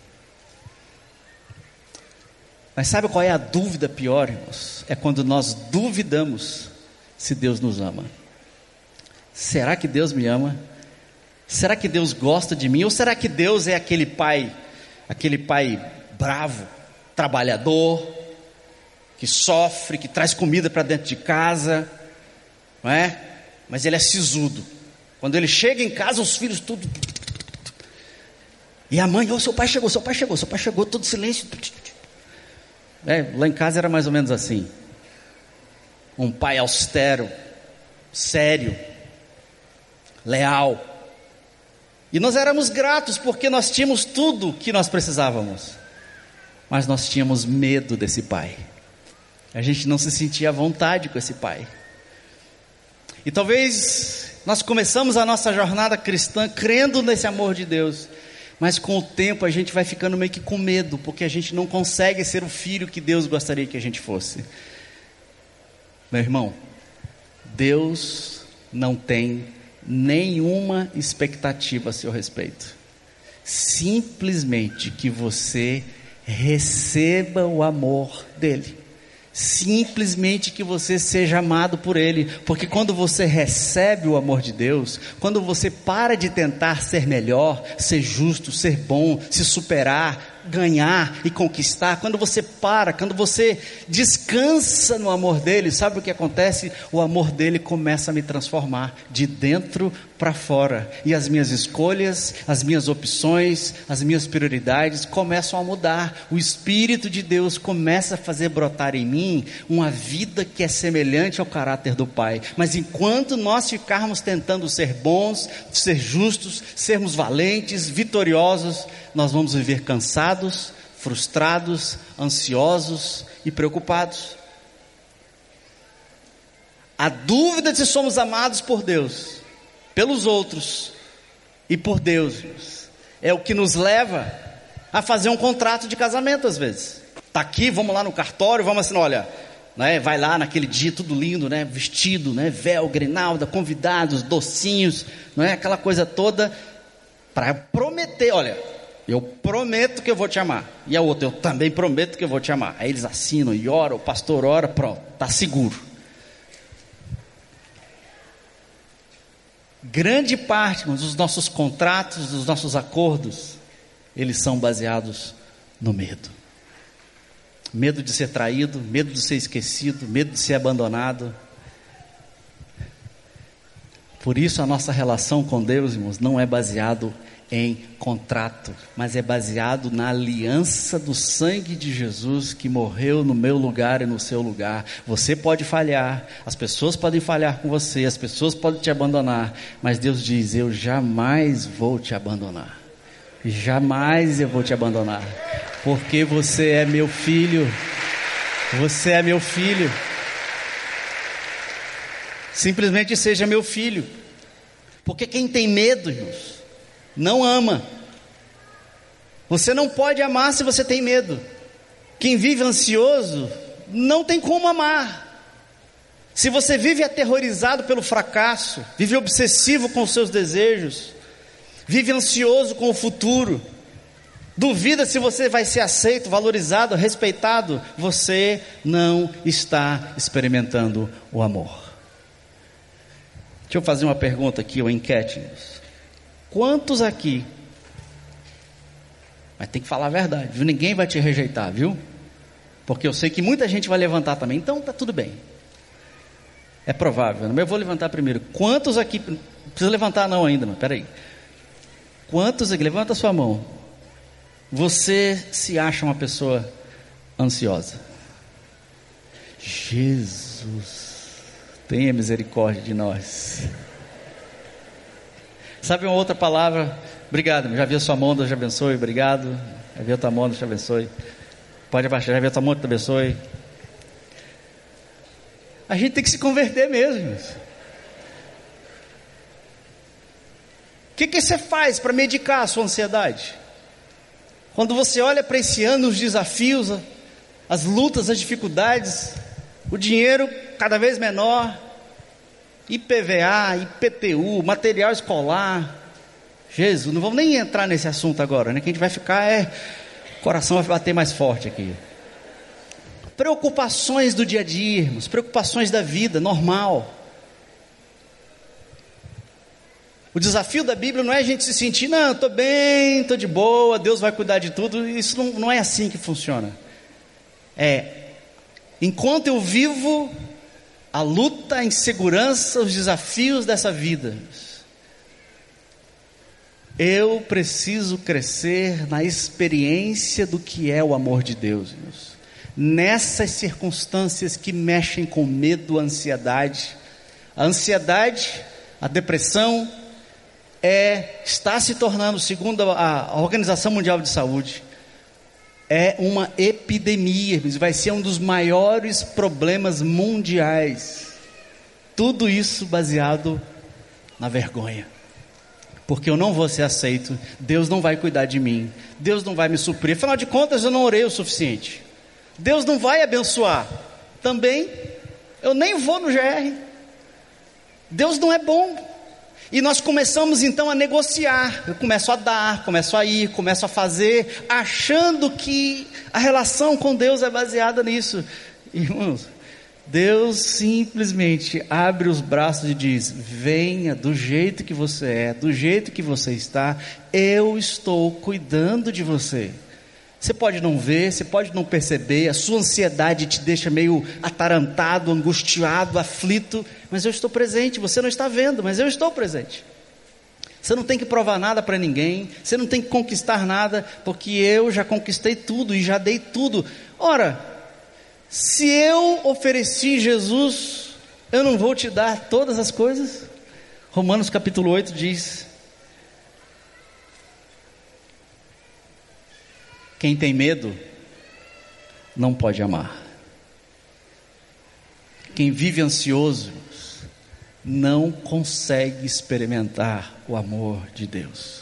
Mas sabe qual é a dúvida pior, irmãos? É quando nós duvidamos se Deus nos ama. Será que Deus me ama? Será que Deus gosta de mim? Ou será que Deus é aquele pai bravo, trabalhador, que sofre, que traz comida para dentro de casa, não é? Mas ele é sisudo. Quando ele chega em casa, os filhos tudo... E a mãe, seu pai chegou, todo silêncio. Lá em casa era mais ou menos assim. Um pai austero, sério, leal. E nós éramos gratos porque nós tínhamos tudo que nós precisávamos. Mas nós tínhamos medo desse pai. A gente não se sentia à vontade com esse pai. E talvez nós começamos a nossa jornada cristã crendo nesse amor de Deus. Mas com o tempo a gente vai ficando meio que com medo, porque a gente não consegue ser o filho que Deus gostaria que a gente fosse. Meu irmão, Deus não tem nenhuma expectativa a seu respeito. Simplesmente que você receba o amor dele. Simplesmente que você seja amado por ele. Porque quando você recebe o amor de Deus, quando você para de tentar ser melhor, ser justo, ser bom, se superar, ganhar e conquistar, quando você descansa no amor dele, sabe o que acontece? O amor dele começa a me transformar de dentro para fora, e as minhas escolhas, as minhas opções, as minhas prioridades começam a mudar. O Espírito de Deus começa a fazer brotar em mim uma vida que é semelhante ao caráter do Pai. Mas enquanto nós ficarmos tentando ser bons, ser justos, sermos valentes, vitoriosos, nós vamos viver cansados, frustrados, ansiosos e preocupados. A dúvida de se somos amados por Deus, pelos outros e por Deus, é o que nos leva a fazer um contrato de casamento às vezes. Está aqui, vamos lá no cartório, vamos assim, olha, né, vai lá naquele dia tudo lindo, né, vestido, né, véu, grinalda, convidados, docinhos, não é, aquela coisa toda, para prometer, olha, eu prometo que eu vou te amar. E a outra, eu também prometo que eu vou te amar. Aí eles assinam e oram, o pastor ora, pronto, está seguro. Grande parte dos nossos contratos, dos nossos acordos, eles são baseados no medo. Medo de ser traído, medo de ser esquecido, medo de ser abandonado. Por isso a nossa relação com Deus, irmãos, não é baseado em contrato, mas é baseado na aliança do sangue de Jesus que morreu no meu lugar e no seu lugar. Você pode falhar, as pessoas podem falhar com você, as pessoas podem te abandonar, mas Deus diz, eu jamais vou te abandonar. Jamais eu vou te abandonar, porque você é meu filho. Você é meu filho. Simplesmente seja meu filho. Porque quem tem medo, irmãos, não ama. Você não pode amar se você tem medo. Quem vive ansioso não tem como amar. Se você vive aterrorizado pelo fracasso, vive obsessivo com os seus desejos, vive ansioso com o futuro, duvida se você vai ser aceito, valorizado, respeitado, você não está experimentando o amor. Deixa eu fazer uma pergunta aqui, uma enquete. Quantos aqui, mas tem que falar a verdade, viu? Ninguém vai te rejeitar, viu? Porque eu sei que muita gente vai levantar também, então tá tudo bem. É provável, mas eu vou levantar primeiro. Quantos aqui, não precisa levantar não ainda, mas peraí. Quantos aqui, levanta a sua mão. Você se acha uma pessoa ansiosa? Jesus, tenha misericórdia de nós. Sabe uma outra palavra? Obrigado, já vi a sua mão, Deus te abençoe, obrigado. Já vi a tua mão, Deus te abençoe. Pode abaixar, já vi a tua mão, Deus te abençoe. A gente tem que se converter mesmo. O que você faz para medicar a sua ansiedade? Quando você olha para esse ano, os desafios, as lutas, as dificuldades, o dinheiro cada vez menor, IPVA, IPTU, material escolar, Jesus, não vamos nem entrar nesse assunto agora, né? Que a gente vai ficar, o coração vai bater mais forte aqui. Preocupações do dia a dia, irmãos, preocupações da vida, normal. O desafio da Bíblia não é a gente se sentir, não, estou bem, estou de boa, Deus vai cuidar de tudo. Isso não é assim que funciona. Enquanto eu vivo a luta, a insegurança, os desafios dessa vida, eu preciso crescer na experiência do que é o amor de Deus, irmãos. Nessas circunstâncias que mexem com medo, ansiedade. A ansiedade, a depressão, está se tornando, segundo a Organização Mundial de Saúde, uma epidemia, vai ser um dos maiores problemas mundiais. Tudo isso baseado na vergonha. Porque eu não vou ser aceito, Deus não vai cuidar de mim, Deus não vai me suprir, afinal de contas eu não orei o suficiente, Deus não vai abençoar, também eu nem vou no GR, Deus não é bom. E nós começamos então a negociar, eu começo a dar, começo a ir, começo a fazer, achando que a relação com Deus é baseada nisso. Irmãos, Deus simplesmente abre os braços e diz: venha do jeito que você é, do jeito que você está, eu estou cuidando de você. Você pode não ver, você pode não perceber, a sua ansiedade te deixa meio atarantado, angustiado, aflito, mas eu estou presente, você não está vendo, mas eu estou presente. Você não tem que provar nada para ninguém, você não tem que conquistar nada, porque eu já conquistei tudo e já dei tudo. Ora, se eu ofereci Jesus, eu não vou te dar todas as coisas? Romanos capítulo 8 diz: quem tem medo não pode amar. Quem vive ansioso não consegue experimentar o amor de Deus.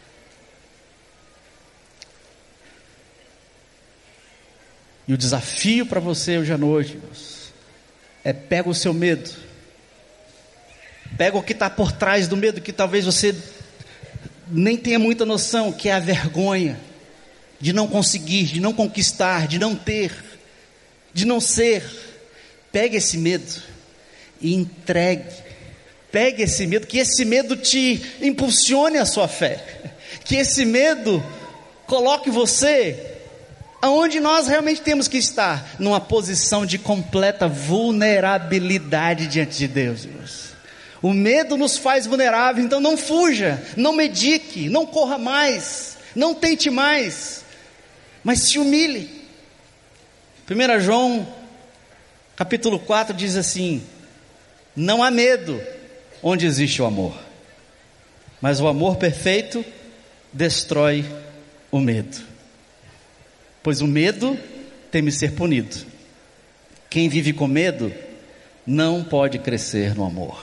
E o desafio para você hoje à noite pega o seu medo, pega o que está por trás do medo, que talvez você nem tenha muita noção, que é a vergonha de não conseguir, de não conquistar, de não ter, de não ser. Pegue esse medo e entregue. Pegue esse medo, que esse medo te impulsione a sua fé, que esse medo coloque você aonde nós realmente temos que estar, numa posição de completa vulnerabilidade diante de Deus, irmãos. O medo nos faz vulneráveis, então não fuja, não medique, não corra mais, não tente mais, mas se humilhe. 1 João capítulo 4 diz assim: não há medo onde existe o amor, mas o amor perfeito destrói o medo, pois o medo teme ser punido. Quem vive com medo não pode crescer no amor.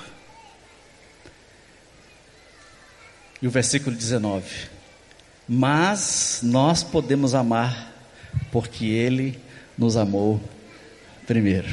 E o versículo 19: mas nós podemos amar porque Ele nos amou primeiro.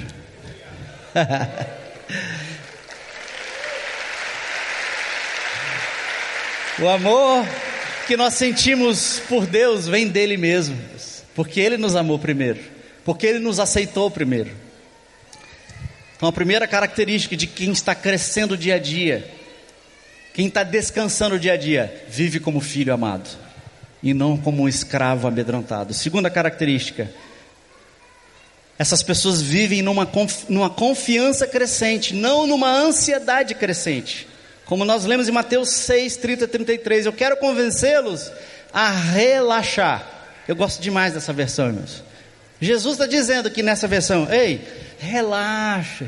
O amor que nós sentimos por Deus vem dele mesmo, porque Ele nos amou primeiro, porque Ele nos aceitou primeiro. Então a primeira característica de quem está crescendo dia a dia, quem está descansando dia a dia, vive como filho amado e não como um escravo amedrontado. Segunda característica: essas pessoas vivem numa confiança crescente, não numa ansiedade crescente. Como nós lemos em Mateus 6, 30 e 33, eu quero convencê-los a relaxar. Eu gosto demais dessa versão, irmãos. Jesus está dizendo aqui nessa versão: ei, relaxa,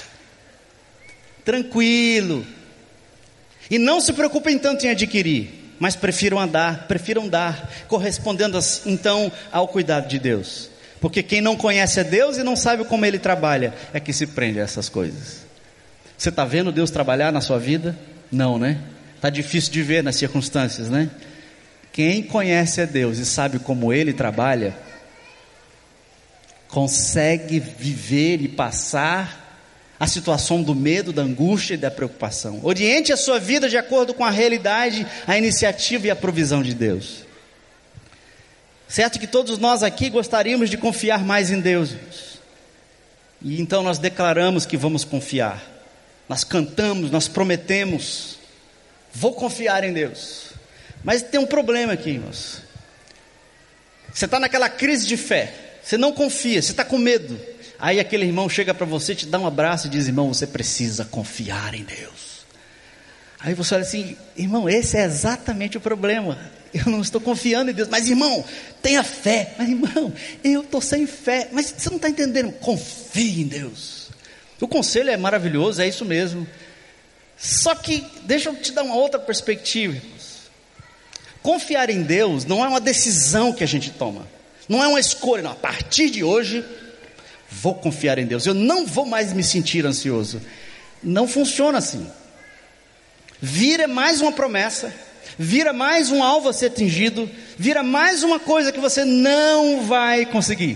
tranquilo, e não se preocupem tanto em adquirir, mas prefiram dar, correspondendo então ao cuidado de Deus. Porque quem não conhece a Deus e não sabe como Ele trabalha, é que se prende a essas coisas. Você está vendo Deus trabalhar na sua vida? Não, né? Está difícil de ver nas circunstâncias, né? Quem conhece a Deus e sabe como Ele trabalha, consegue viver e passar a situação do medo, da angústia e da preocupação. Oriente a sua vida de acordo com a realidade, a iniciativa e a provisão de Deus. Certo que todos nós aqui gostaríamos de confiar mais em Deus. E então nós declaramos que vamos confiar. Nós cantamos, nós prometemos. Vou confiar em Deus. Mas tem um problema aqui, irmãos. Você está naquela crise de fé. Você não confia, você está com medo. Aí aquele irmão chega para você, te dá um abraço e diz: irmão, você precisa confiar em Deus. Aí você olha assim: irmão, esse é exatamente o problema. Eu não estou confiando em Deus. Mas irmão, tenha fé. Mas irmão, eu estou sem fé. Mas você não está entendendo. Confie em Deus. O conselho é maravilhoso, é isso mesmo. Só que, deixa eu te dar uma outra perspectiva, irmãos. Confiar em Deus não é uma decisão que a gente toma. Não é uma escolha, não. A partir de hoje, vou confiar em Deus. Eu não vou mais me sentir ansioso. Não funciona assim. Vira mais uma promessa. Vira mais um alvo a ser atingido. Vira mais uma coisa que você não vai conseguir.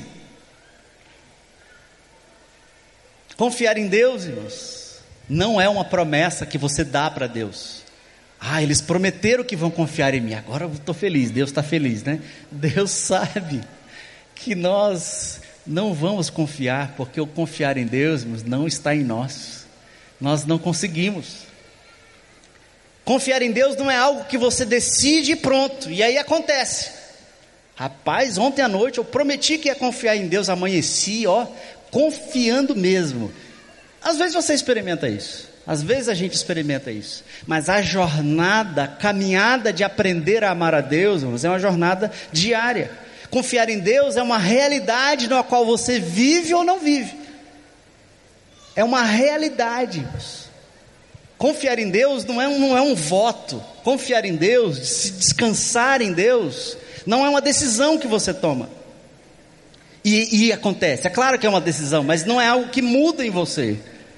Confiar em Deus, irmãos, não é uma promessa que você dá para Deus. Ah, eles prometeram que vão confiar em mim. Agora eu estou feliz. Deus está feliz, né? Deus sabe que nós não vamos confiar, porque o confiar em Deus, irmãos, não está em nós. Nós não conseguimos. Confiar em Deus não é algo que você decide e pronto, e aí acontece. Rapaz, ontem à noite eu prometi que ia confiar em Deus, amanheci, confiando mesmo. Às vezes você experimenta isso, às vezes a gente experimenta isso, mas a jornada, a caminhada de aprender a amar a Deus, irmãos, é uma jornada diária. Confiar em Deus é uma realidade na qual você vive ou não vive. É uma realidade, irmãos. Confiar em Deus não é um voto. Confiar em Deus, se descansar em Deus, não é uma decisão que você toma. E acontece, é claro que é uma decisão, mas não é algo que muda em você.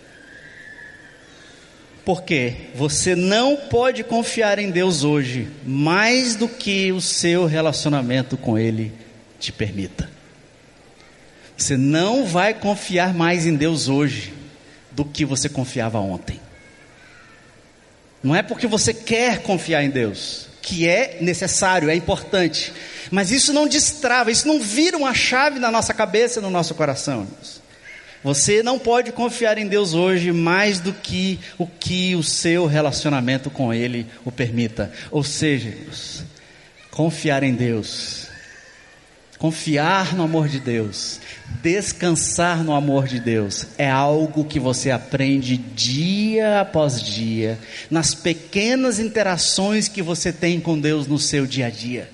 Porque você não pode confiar em Deus hoje, mais do que o seu relacionamento com Ele te permita. Você não vai confiar mais em Deus hoje, do que você confiava ontem. Não é porque você quer confiar em Deus, que é necessário, é importante, mas isso não destrava, isso não vira uma chave na nossa cabeça, no nosso coração, irmãos. Você não pode confiar em Deus hoje mais do que o seu relacionamento com Ele o permita. Ou seja, irmãos, confiar em Deus, confiar no amor de Deus, descansar no amor de Deus, é algo que você aprende dia após dia, nas pequenas interações que você tem com Deus no seu dia a dia.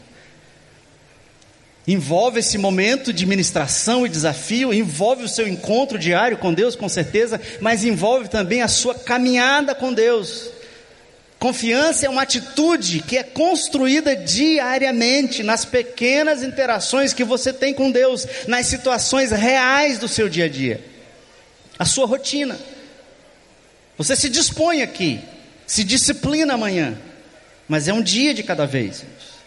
Envolve esse momento de ministração e desafio, envolve o seu encontro diário com Deus, com certeza, mas envolve também a sua caminhada com Deus. Confiança é uma atitude que é construída diariamente, nas pequenas interações que você tem com Deus, nas situações reais do seu dia a dia, a sua rotina. Você se dispõe aqui, se disciplina amanhã, mas é um dia de cada vez.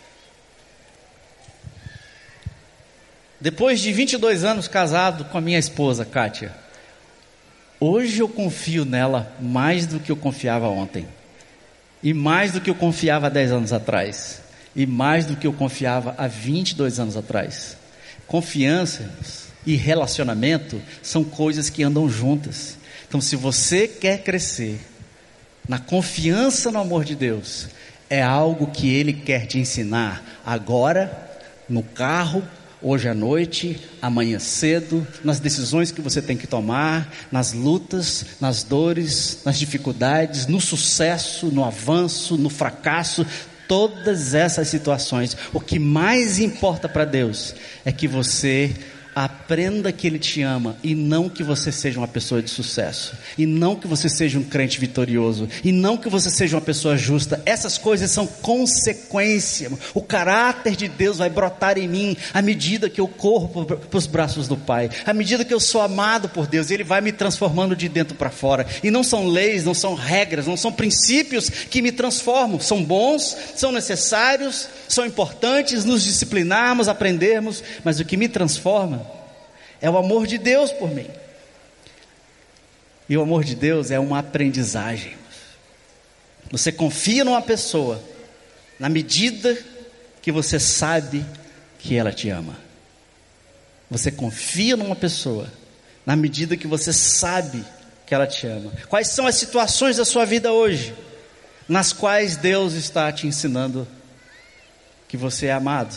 Depois de 22 anos casado com a minha esposa, Kátia, hoje eu confio nela mais do que eu confiava ontem. E mais do que eu confiava há 10 anos atrás. E mais do que eu confiava há 22 anos atrás. Confiança e relacionamento são coisas que andam juntas. Então, se você quer crescer na confiança no amor de Deus, é algo que Ele quer te ensinar agora, no carro, hoje à noite, amanhã cedo, nas decisões que você tem que tomar, nas lutas, nas dores, nas dificuldades, no sucesso, no avanço, no fracasso, todas essas situações. O que mais importa para Deus é que você aprenda que Ele te ama, e não que você seja uma pessoa de sucesso, e não que você seja um crente vitorioso, e não que você seja uma pessoa justa. Essas coisas são consequência. O caráter de Deus vai brotar em mim à medida que eu corro para os braços do Pai, à medida que eu sou amado por Deus. Ele vai me transformando de dentro para fora, e não são leis, não são regras, não são princípios que me transformam. São bons, são necessários, são importantes nos disciplinarmos, aprendermos, mas o que me transforma é o amor de Deus por mim. E o amor de Deus é uma aprendizagem. Você confia numa pessoa na medida que você sabe que ela te ama. Você confia numa pessoa na medida que você sabe que ela te ama. Quais são as situações da sua vida hoje nas quais Deus está te ensinando que você é amado?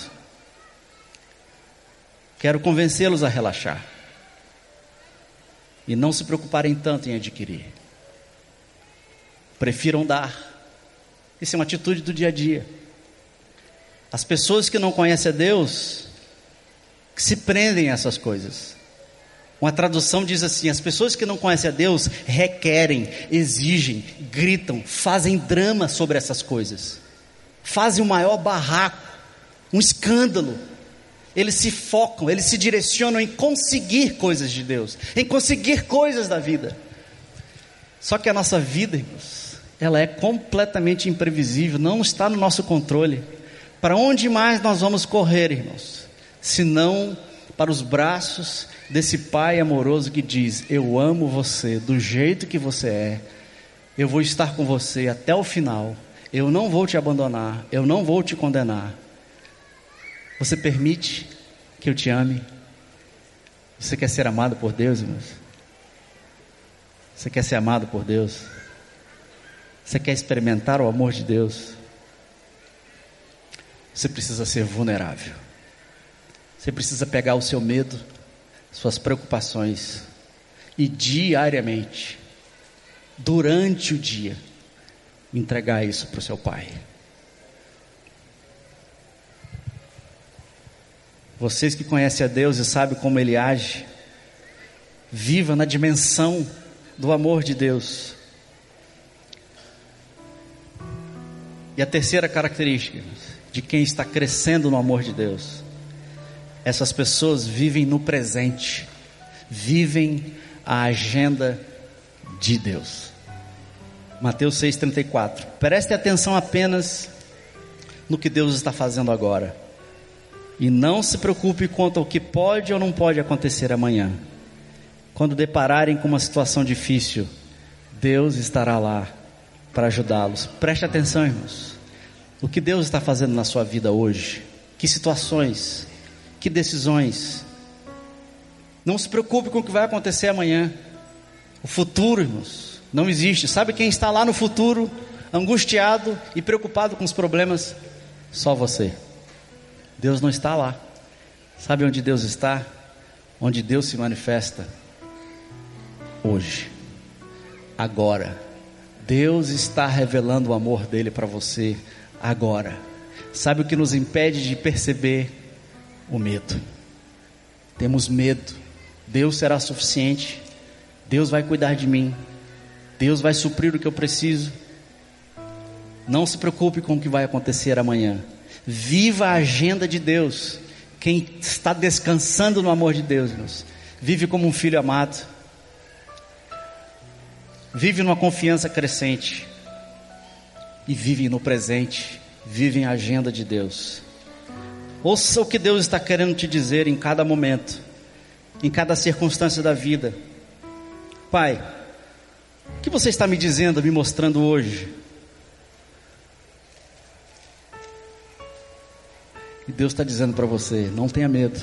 Quero convencê-los a relaxar e não se preocuparem tanto em adquirir. Prefiram dar. Isso é uma atitude do dia a dia. As pessoas que não conhecem a Deus, que se prendem a essas coisas. Uma tradução diz assim: as pessoas que não conhecem a Deus requerem, exigem, gritam, fazem drama sobre essas coisas, fazem o maior barraco, um escândalo. Eles se focam, eles se direcionam em conseguir coisas de Deus, em conseguir coisas da vida. Só que a nossa vida, irmãos, ela é completamente imprevisível, não está no nosso controle. Para onde mais nós vamos correr, irmãos, senão para os braços desse Pai amoroso que diz: eu amo você do jeito que você é, eu vou estar com você até o final, eu não vou te abandonar, eu não vou te condenar. Você permite que eu te ame? Você quer ser amado por Deus, irmãos? Você quer ser amado por Deus? Você quer experimentar o amor de Deus? Você precisa ser vulnerável. Você precisa pegar o seu medo, suas preocupações e diariamente, durante o dia, entregar isso para o seu Pai. Vocês que conhecem a Deus e sabem como Ele age, viva na dimensão do amor de Deus. E a terceira característica de quem está crescendo no amor de Deus: essas pessoas vivem no presente, vivem a agenda de Deus. Mateus 6,34. Preste atenção apenas no que Deus está fazendo agora, e não se preocupe quanto ao que pode ou não pode acontecer amanhã. Quando depararem com uma situação difícil, Deus estará lá para ajudá-los. Preste atenção, irmãos, o que Deus está fazendo na sua vida hoje, que situações, que decisões. Não se preocupe com o que vai acontecer amanhã. O futuro, irmãos, não existe. Sabe quem está lá no futuro, angustiado e preocupado com os problemas? Só você. Deus não está lá. Sabe onde Deus está? Onde Deus se manifesta? Hoje, agora. Deus está revelando o amor dele para você agora. Sabe o que nos impede de perceber? O medo. Temos medo. Deus será suficiente. Deus vai cuidar de mim. Deus vai suprir o que eu preciso. Não se preocupe com o que vai acontecer amanhã. Viva a agenda de Deus. Quem está descansando no amor de Deus, irmãos, vive como um filho amado, vive numa confiança crescente e vive no presente, vive a agenda de Deus. Ouça o que Deus está querendo te dizer em cada momento, em cada circunstância da vida. Pai, o que você está me dizendo, me mostrando hoje? E Deus está dizendo para você: não tenha medo.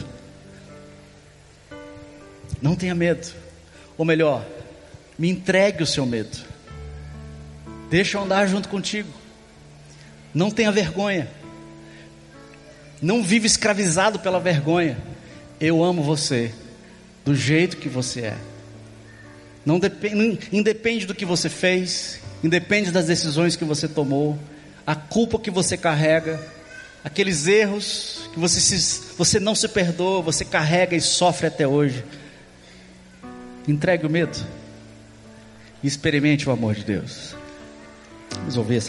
Não tenha medo. Ou melhor, me entregue o seu medo. Deixa eu andar junto contigo. Não tenha vergonha. Não viva escravizado pela vergonha. Eu amo você do jeito que você é. Não independe do que você fez, independe das decisões que você tomou, a culpa que você carrega, aqueles erros que você não se perdoa, você carrega e sofre até hoje. Entregue o medo e experimente o amor de Deus. Vamos ouvir essa